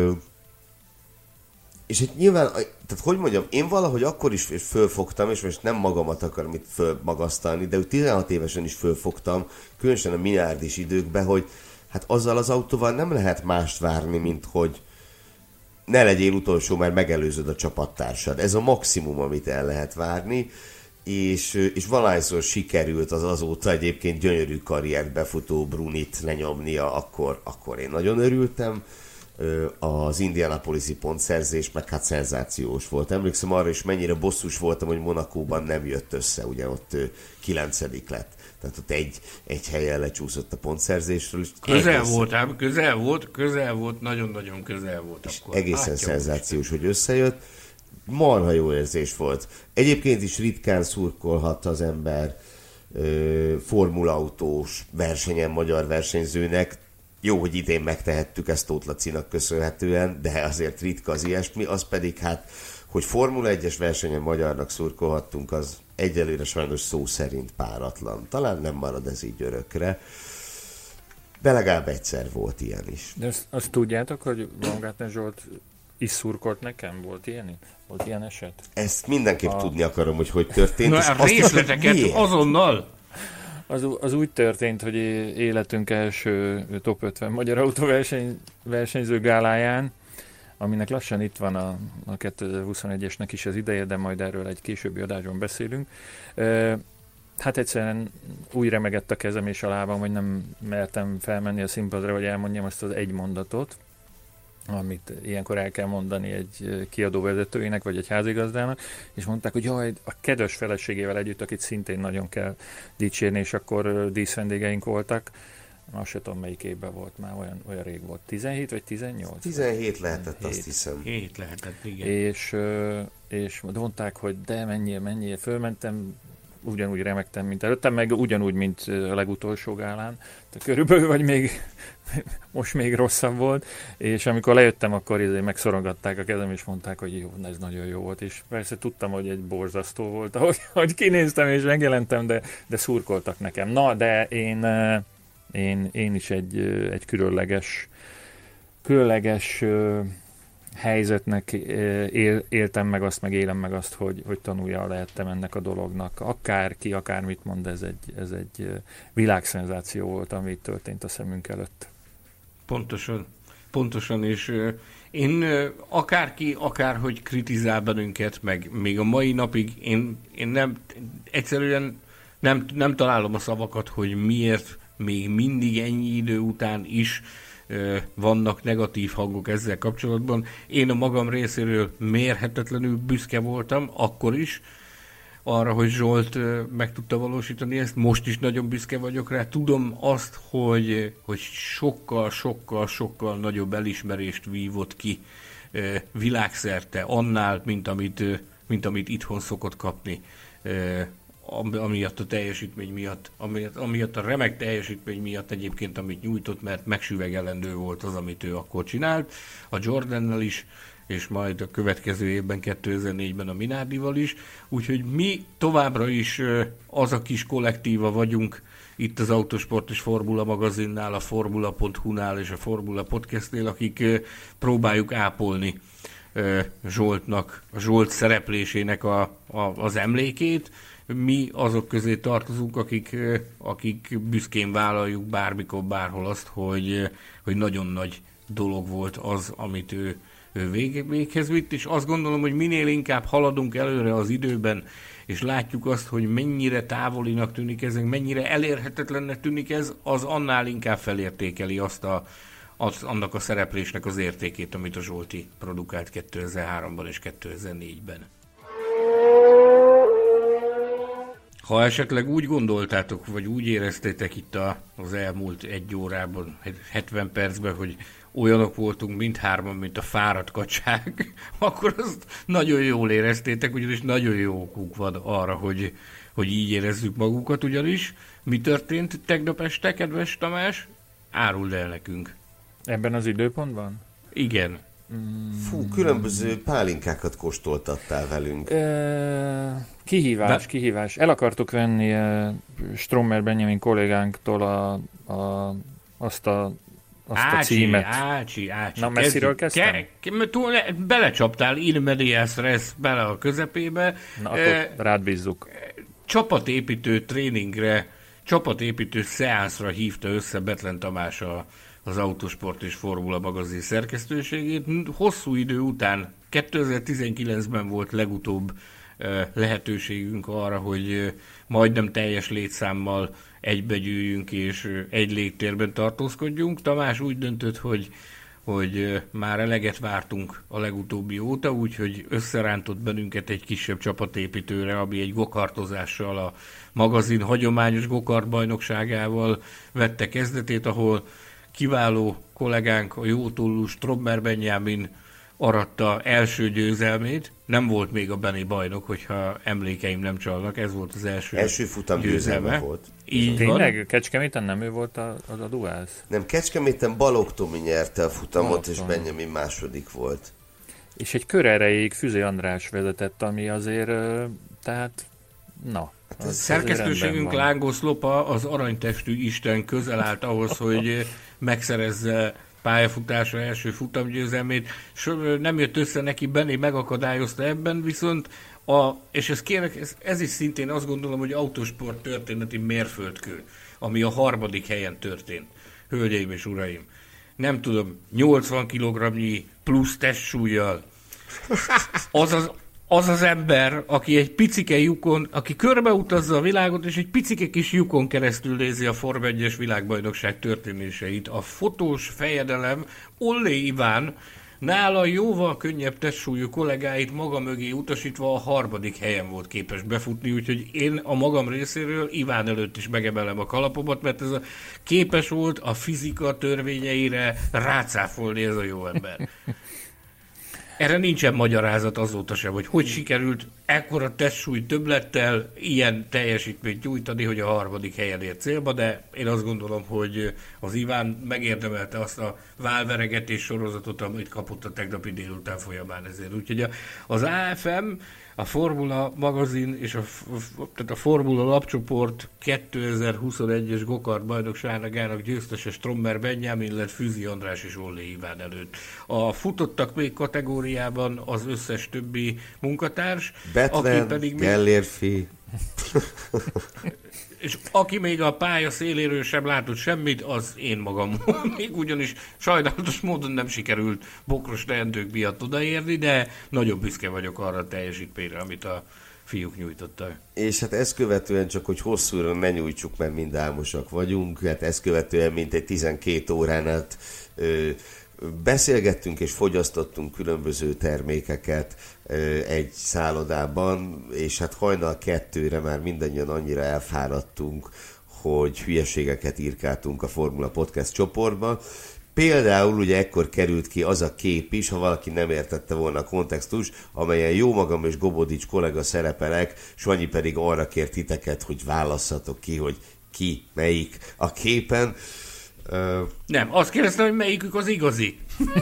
És hát nyilván, tehát hogy mondjam, én valahogy akkor is fölfogtam, és most nem magamat akarom itt fölmagasztalni, de úgy tizenhat évesen is fölfogtam, különösen a milliárdis időkben, hogy hát azzal az autóval nem lehet mást várni, mint hogy ne legyél utolsó, mert megelőzöd a csapattársad. Ez a maximum, amit el lehet várni, és, és valahányszor sikerült az azóta egyébként gyönyörű karriert befutó Brunit lenyomnia, akkor, akkor én nagyon örültem. Az Indianapolis-i pontszerzés, meg hát szenzációs volt. Emlékszem arra is, mennyire bosszus voltam, hogy Monakóban nem jött össze, ugye ott kilencedik lett. Tehát ott egy, egy helyen lecsúszott a pontszerzésről. Közel egészen... volt, ám, közel volt, közel volt, nagyon-nagyon közel volt. És akkor. Egészen Átja szenzációs, hogy összejött. Marha jó érzés volt. Egyébként is ritkán szurkolhat az ember ö, formulaautós versenyen magyar versenyzőnek. Jó, hogy idén megtehettük ezt Tóth Lacinak köszönhetően, de azért ritka az ilyesmi, az pedig hát, hogy Formula egyes versenyen magyarnak szurkolhattunk, az egyelőre sajnos szó szerint páratlan. Talán nem marad ez így örökre, de legalább egyszer volt ilyen is. De azt, azt tudjátok, hogy Baumgartner Zsolt is szurkolt nekem? Volt ilyen? Volt ilyen eset? Ezt mindenképp a... tudni akarom, hogy hogy történt. Na, és a részleteket is, azonnal! Az, az úgy történt, hogy életünk első top ötven magyar autóversenyző gáláján, aminek lassan itt van a, a kétezer-huszonegyesnek is az ideje, de majd erről egy későbbi adásban beszélünk. Hát egyszerűen úgy remegett a kezem és a lábam, hogy nem mertem felmenni a színpadra, hogy elmondjam azt az egy mondatot, amit ilyenkor el kell mondani egy kiadóvezetőjének, vagy egy házigazdának, és mondták, hogy jaj, a kedves feleségével együtt, akit szintén nagyon kell dicsérni, és akkor díszvendégeink voltak. Azt sem tudom, melyik évben volt már, olyan, olyan rég volt. tizenhét vagy tizennyolc? tizenhét lehetett, tizenhét. Azt hiszem. hét lehetett, igen. És, és mondták, hogy de menjél, menjél, fölmentem, ugyanúgy remektem, mint előttem, meg ugyanúgy, mint a legutolsó gálán. De körülbelül, vagy még most még rosszabb volt, és amikor lejöttem, akkor izé megszorongatták a kezem, és mondták, hogy jó, ez nagyon jó volt, és persze tudtam, hogy egy borzasztó volt, ahogy, ahogy kinéztem és megjelentem, de, de szurkoltak nekem. Na, de én, én, én is egy, egy különleges, különleges helyzetnek él, éltem meg azt, meg élem meg azt, hogy, hogy tanulja lehettem ennek a dolognak. Akárki, akármit mond, ez egy, ez egy világszenzáció volt, ami történt a szemünk előtt. Pontosan, pontosan, és én akárki, akárhogy kritizál bennünket, meg még a mai napig én, én nem, egyszerűen nem, nem találom a szavakat, hogy miért még mindig ennyi idő után is vannak negatív hangok ezzel kapcsolatban. Én a magam részéről mérhetetlenül büszke voltam, akkor is, arra, hogy Zsolt meg tudta valósítani ezt. Most is nagyon büszke vagyok rá. Tudom azt, hogy, hogy sokkal, sokkal, sokkal nagyobb elismerést vívott ki világszerte annál, mint amit, mint amit itthon szokott kapni. Amiatt a teljesítmény miatt, amiatt, amiatt a remek teljesítmény miatt egyébként, amit nyújtott, mert megsüvegelendő volt az, amit ő akkor csinált, a Jordannel is, és majd a következő évben, kétezer-négyben a Minardival is. Úgyhogy mi továbbra is az a kis kollektíva vagyunk itt az Autosport és Formula magazinnál, a formula pont hu-nál és a Formula Podcastnél, akik próbáljuk ápolni Zsoltnak, a Zsolt szereplésének a, a, az emlékét. Mi azok közé tartozunk, akik, akik büszkén vállaljuk bármikor, bárhol azt, hogy, hogy nagyon nagy dolog volt az, amit ő, ő vég, véghez vitt, és azt gondolom, hogy minél inkább haladunk előre az időben, és látjuk azt, hogy mennyire távolinak tűnik ez, mennyire elérhetetlennek tűnik ez, az annál inkább felértékeli azt a, az, annak a szereplésnek az értékét, amit a Zsolti produkált kétezer-háromban és kétezer-négyben. Ha esetleg úgy gondoltátok, vagy úgy éreztétek itt a, az elmúlt egy órában, hetven percben, hogy olyanok voltunk mindhárman, mint a fáradt kacsák, akkor azt nagyon jól éreztétek, ugyanis nagyon jó okunk van arra, hogy, hogy így érezzük magunkat, ugyanis Mi történt tegnap este, kedves Tamás? Áruld el nekünk. Ebben az időpontban? Igen. Fú, különböző pálinkákat kóstoltattál velünk. E, kihívás, Be... kihívás. El akartuk venni e, Strommer Benjamin kollégánktól a, a, azt a azt ácsi, a címet. Ácsi, ácsi. Na, messziről kezdtem? Ke, ke, belecsaptál in medias res bele a közepébe. Na, akkor e, rád bízzuk. Csapatépítő tréningre, csapatépítő szeánszra hívta össze Betlen Tamás a, az Autosport és Formula magazin szerkesztőségét. Hosszú idő után, kétezer-tizenkilencben volt legutóbb lehetőségünk arra, hogy majdnem teljes létszámmal egybegyűjjünk és egy légtérben tartózkodjunk. Tamás úgy döntött, hogy, hogy már eleget vártunk a legutóbbi óta, úgyhogy összerántott bennünket egy kisebb csapatépítőre, ami egy gokartozással, a magazin hagyományos gokart bajnokságával vette kezdetét, ahol kiváló kollégánk, a jótollú Strommer Benjamin aratta első győzelmét. Nem volt még a Benny bajnok, hogyha emlékeim nem csalnak, ez volt az első, első futam győzelme. győzelme volt. Így Tényleg? van. Kecskeméten nem ő volt a, az a duász? Nem, Kecskeméten Balogh Tomi nyerte a futamot, Balogh és Tomi. Benjamin második volt. És egy kör erejéig Füzé András vezetett, ami azért, tehát, na. Hát az szerkesztőségünk Lángos Lopa, az aranytestű Isten közel állt ahhoz, hogy megszerezze pályafutása első futamgyőzelmét. Nem jött össze neki, Benni megakadályozta ebben, viszont a, és ez, kérek, ez, ez is szintén azt gondolom, hogy autósport történeti mérföldkő, ami a harmadik helyen történt. Hölgyeim és uraim, nem tudom, nyolcvan kilogramnyi plusz testsúllyal. Az az, az az ember, aki egy picike lyukon, aki körbeutazza a világot, és egy picike kis lyukon keresztül nézi a Form egyes világbajnokság történéseit. A fotós fejedelem Ollé Iván nála jóval könnyebb testsúlyú kollégáit maga mögé utasítva a harmadik helyen volt képes befutni, úgyhogy én a magam részéről Iván előtt is megemelem a kalapomat, mert ez a képes volt a fizika törvényeire rácáfolni ez a jó ember. Erre nincsen magyarázat azóta sem, hogy hogy sikerült ekkora testsúly többlettel ilyen teljesítményt nyújtani, hogy a harmadik helyen ért célba, de én azt gondolom, hogy az Iván megérdemelte azt a válveregetés sorozatot, amit kapott a tegnapi délután folyamán ezért. Úgyhogy az á ef em, a Formula magazin és a, tehát a Formula lapcsoport kétezer-huszonegyes gokart bajnokságának győztese Strommer Benjamin lett Füzi András és Ollé Iván előtt. A futottak még kategóriában az összes többi munkatárs, Betlen, aki pedig még... Gellérfi. És aki még a pálya széléről sem látott semmit, az én magam. Még ugyanis sajnálatos módon nem sikerült bokros teendők miatt odaérni, de nagyon büszke vagyok arra a teljesítményre, amit a fiúk nyújtottak. És hát ezt követően csak, hogy hosszúra ne nyújtsuk, mert mind álmosak vagyunk, hát ezt követően mintegy tizenkét órán át ö, beszélgettünk és fogyasztottunk különböző termékeket egy szállodában, és hát hajnal kettőre már mindannyian annyira elfáradtunk, hogy hülyeségeket írkáltunk a Formula Podcast csoportba. Például ugye ekkor került ki az a kép is, ha valaki nem értette volna a kontextus, amelyen jó magam és Gobodics kollega szerepelek, Sanyi pedig arra kért titeket, hogy válasszatok ki, hogy ki, melyik a képen. Uh, nem, azt kérdeztem, hogy melyikük az igazi.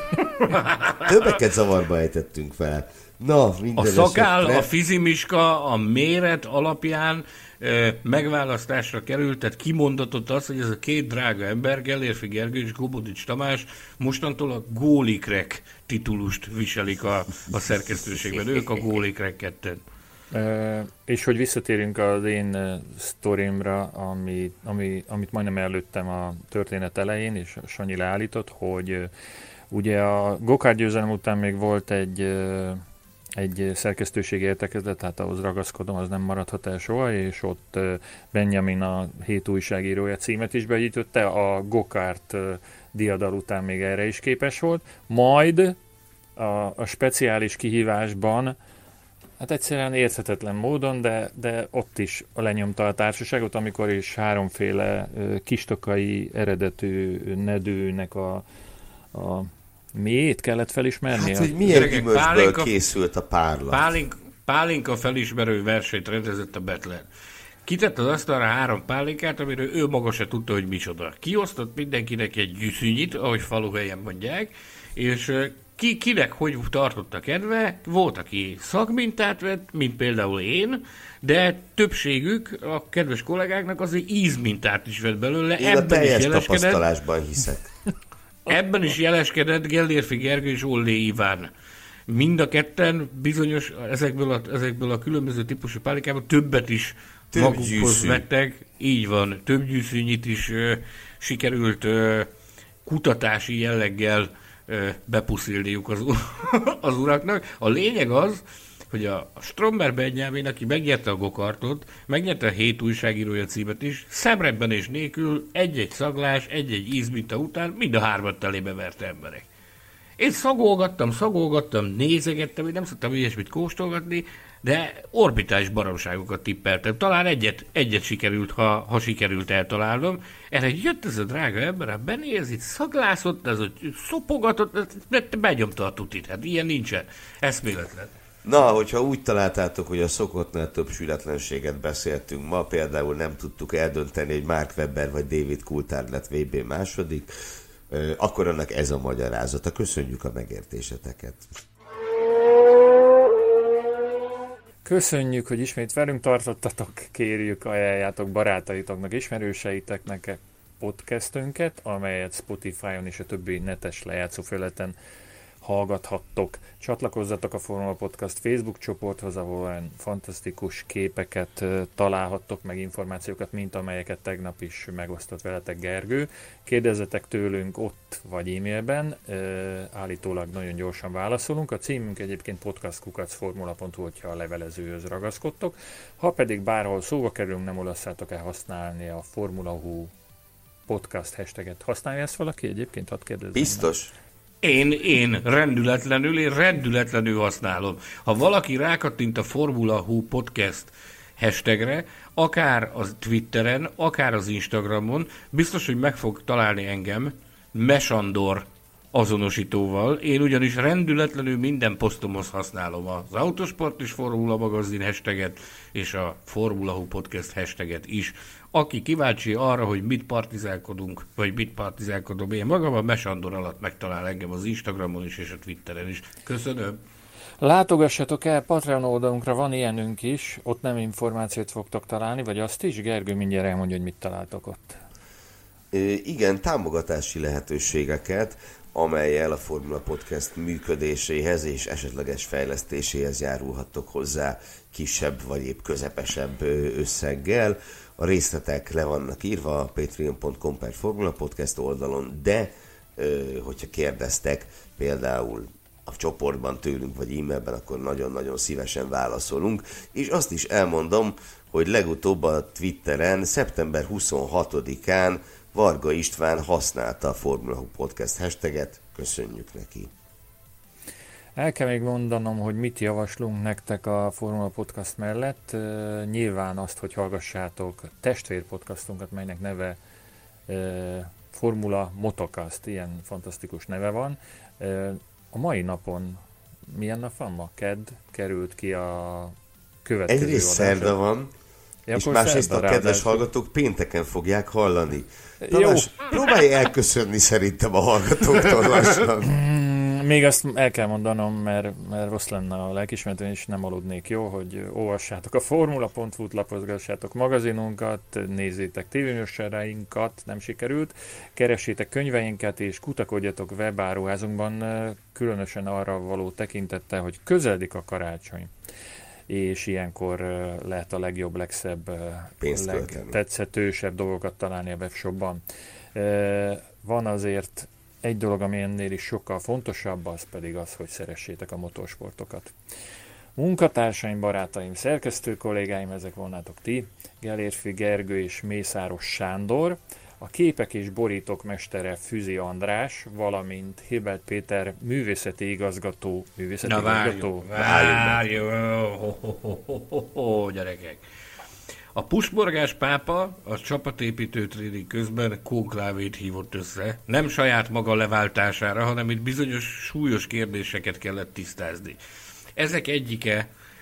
Többeket zavarba ejtettünk fel. Na, a szakál, esetre... a fizimiska, a méret alapján e, megválasztásra került, tehát kimondatott az, hogy ez a két drága ember, Gellérfi Gergő és Gobodics Tamás mostantól a gólikrek titulust viselik a, a szerkesztőségben. Ők a gólikrek ketten. E, és hogy visszatérünk az én sztorimra, ami, ami, amit majdnem előttem a történet elején, és Sanyi leállított, hogy ugye a gokart győzelem után még volt egy, egy szerkesztőségi értekezlet, tehát ahhoz ragaszkodom, az nem maradhat el soha, és ott Benjamin a hét újságírója címet is begyűjtötte, a gokart diadal után még erre is képes volt, majd a, a speciális kihívásban, hát egyszerűen érthetetlen módon, de, de ott is lenyomta a társaságot, amikor is háromféle kistokai eredetű nedőnek a, a miért kellett felismerni? Hát, hogy milyen gyümölcsből készült a párlat. Pálink, pálinka felismerő versenyt rendezett a Betlen. kitett az asztalra három pálinkát, amiről ő maga se tudta, hogy micsoda. Kiosztott mindenkinek egy gyűszűnyit, ahogy faluhelyen mondják, és ki, kinek hogy tartotta kedve, volt, aki szakmintát vett, mint például én, de többségük, a kedves kollégáknak azért ízmintát is vett belőle. Én a teljes tapasztalásban hiszek. Ebben is jeleskedett Gellérfi Gergő és Ollé Iván. Mind a ketten bizonyos ezekből a, ezekből a különböző típusú pálinkából többet is több magukhoz gyűszű. vettek. Így van, több gyűszűnyit is ö, sikerült ö, kutatási jelleggel ö, bepuszilniuk az, az uraknak. A lényeg az, hogy a Strommer Benjamin, aki megnyerte a gokartot, megnyerte a hét újságírója címet is, szemrebbenés nélkül egy-egy szaglás, egy-egy ízminta után mind a hármat telébe verte emberek. Én szagolgattam, szagolgattam, nézegettem, én nem szoktam ilyesmit kóstolgatni, de orbitális baromságokat tippeltem. Talán egyet, egyet sikerült, ha, ha sikerült eltalálnom. Erre jött ez a drága ember, benéz, itt szaglászott, ez hogy szopogatott, begyomta a tutit. Hát ilyen nincsen. Eszméletlen. Na, hogyha úgy találtátok, hogy a szokottnál több sületlenséget beszéltünk ma, például nem tudtuk eldönteni, hogy Mark Webber vagy David Coulthard lett vé bé második, akkor annak ez a magyarázata. Köszönjük a megértéseteket. Köszönjük, hogy ismét velünk tartottatok, kérjük, ajánljátok barátaitoknak, ismerőseiteknek podcastünket, amelyet Spotify-on és a többi netes lejátszófelületen hallgathattok. Csatlakozzatok a Formula Podcast Facebook csoporthoz, ahol olyan fantasztikus képeket találhattok, meg információkat, mint amelyeket tegnap is megosztott veletek Gergő. Kérdezzetek tőlünk ott vagy e-mailben, állítólag nagyon gyorsan válaszolunk. A címünk egyébként podcast kukac formula pont hu, hogyha a levelezőhöz ragaszkodtok. Ha pedig bárhol szóba kerülünk, nem olasszátok el használni a Formula Hu podcast hashtaget. Használja ezt valaki egyébként? Hadd kérdezzem. Biztos. Én, én rendületlenül, én rendületlenül használom. Ha valaki rákattint a Formula Hu podcast hashtagre, akár az Twitteren, akár az Instagramon, biztos, hogy meg fog találni engem Mesandor azonosítóval. Én ugyanis rendületlenül minden posztomhoz használom az Autosport és Formula magazin hashtaget és a Formula Hu podcast hashtaget is. Aki kíváncsi arra, hogy mit partizálkodunk, vagy mit partizálkodom én magam, a Mesandor alatt megtalál engem az Instagramon is és a Twitteren is. Köszönöm! Látogassatok el, Patreon oldalunkra van ilyenünk is, ott nem információt fogtok találni, vagy azt is? Gergő mindjárt elmondja, hogy mit találtok ott. É, igen, támogatási lehetőségeket, amellyel a Formula Podcast működéséhez és esetleges fejlesztéséhez járulhattok hozzá kisebb vagy épp közepesebb összeggel. A részletek le vannak írva a patreon pont com per Formula Podcast oldalon, de hogyha kérdeztek például a csoportban tőlünk, vagy e-mailben, akkor nagyon-nagyon szívesen válaszolunk. És azt is elmondom, hogy legutóbb a Twitteren, szeptember huszonhatodikán Varga István használta a Formula Hu Podcast hashtaget. Köszönjük neki! El kell még mondanom, hogy mit javaslunk nektek a Formula Podcast mellett. Uh, nyilván azt, hogy hallgassátok testvérpodcastunkat, melynek neve uh, Formula Motocast, ilyen fantasztikus neve van. Uh, a mai napon, milyen nap van ma? Kedd került ki a következő Egyrészt szerda van, ja, és másrészt a kedves ráadásul hallgatók pénteken fogják hallani. Tamás, próbálj elköszönni szerintem a hallgatóktól lassan. Még azt el kell mondanom, mert, mert rossz lenne a lelkismeretben, és nem aludnék, jó, hogy olvassátok a formula pont hu-t, lapozgassátok magazinunkat, nézzétek tévéműsorainkat, nem sikerült, keressétek könyveinket, és kutakodjatok webáruházunkban, különösen arra való tekintettel, hogy közeledik a karácsony, és ilyenkor lehet a legjobb, legszebb, legtetszetősebb dolgokat találni a webshopban. Van azért egy dolog, ami ennél is sokkal fontosabb, az pedig az, hogy szeressétek a motorsportokat. Munkatársaim, barátaim, szerkesztő kollégáim, ezek volnátok ti, Gellérfi Gergő és Mészáros Sándor, a képek és borítók mestere Füzi András, valamint Hilbert Péter művészeti igazgató. Művészeti Na igazgató? várjuk, várjuk, gyerekek. A Pusborgás pápa a csapatépítő tréning közben konklávét hívott össze, nem saját maga leváltására, hanem itt bizonyos súlyos kérdéseket kellett tisztázni. Ezek egyike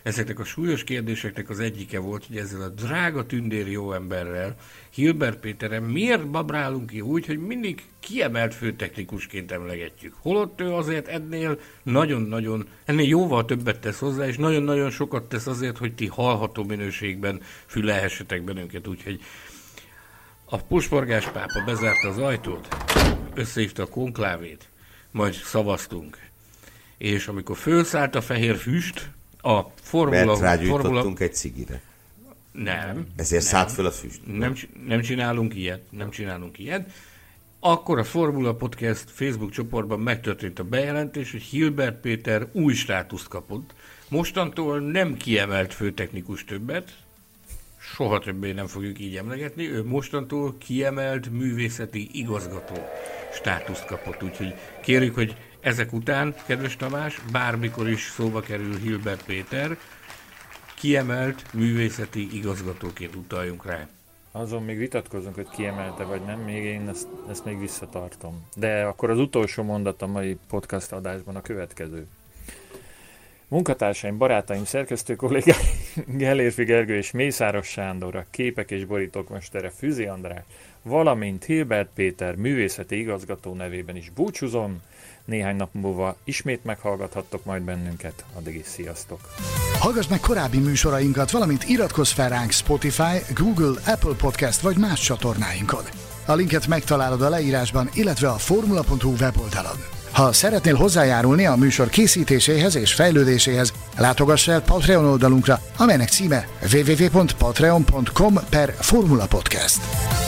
ezeknek a súlyos kérdéseknek az egyike volt, hogy ezzel a drága tündér jó emberrel, Hilbert Péterrel miért babrálunk ki úgy, hogy mindig kiemelt főtechnikusként emlegetjük. Holott ő azért ennél nagyon-nagyon, ennél jóval többet tesz hozzá, és nagyon-nagyon sokat tesz azért, hogy ti hallható minőségben fülelhessetek bennünket, úgyhogy a pusporgás pápa bezárta az ajtót, összehívta a konklávét, majd szavaztunk. És amikor fölszállt a fehér füst, a formula... Mert rágyújtottunk formula... egy cigire. Nem. Ezért nem, szállt föl a füst. Nem, nem csinálunk ilyet, nem csinálunk ilyet. Akkor a Formula Podcast Facebook csoportban megtörtént a bejelentés, hogy Hilbert Péter új státuszt kapott. Mostantól nem kiemelt főtechnikus többet, soha többé nem fogjuk így emlegetni, ő mostantól kiemelt művészeti igazgató státuszt kapott, úgyhogy kérjük, hogy ezek után, kedves Tamás, bármikor is szóba kerül Hilbert Péter, kiemelt művészeti igazgatóként utaljunk rá. Azon még vitatkozunk, hogy kiemelte vagy nem, még én ezt, ezt még visszatartom. De akkor az utolsó mondat a mai podcast adásban a következő. Munkatársaim, barátaim, szerkesztő kollégáim, Gellérfi Gergő és Mészáros Sándor, a képek és borítókmestere Füzi András, valamint Hilbert Péter művészeti igazgató nevében is búcsúzom. Néhány nap múlva ismét meghallgathattok majd bennünket. Addig is sziasztok! Hallgass meg korábbi műsorainkat, valamint iratkozz fel ránk Spotify, Google, Apple Podcast vagy más csatornáinkon. A linket megtalálod a leírásban, illetve a formula pont hu weboldalon. Ha szeretnél hozzájárulni a műsor készítéséhez és fejlődéséhez, látogass el Patreon oldalunkra, amelynek címe double-u double-u double-u pont patreon pont com per Formula Podcast.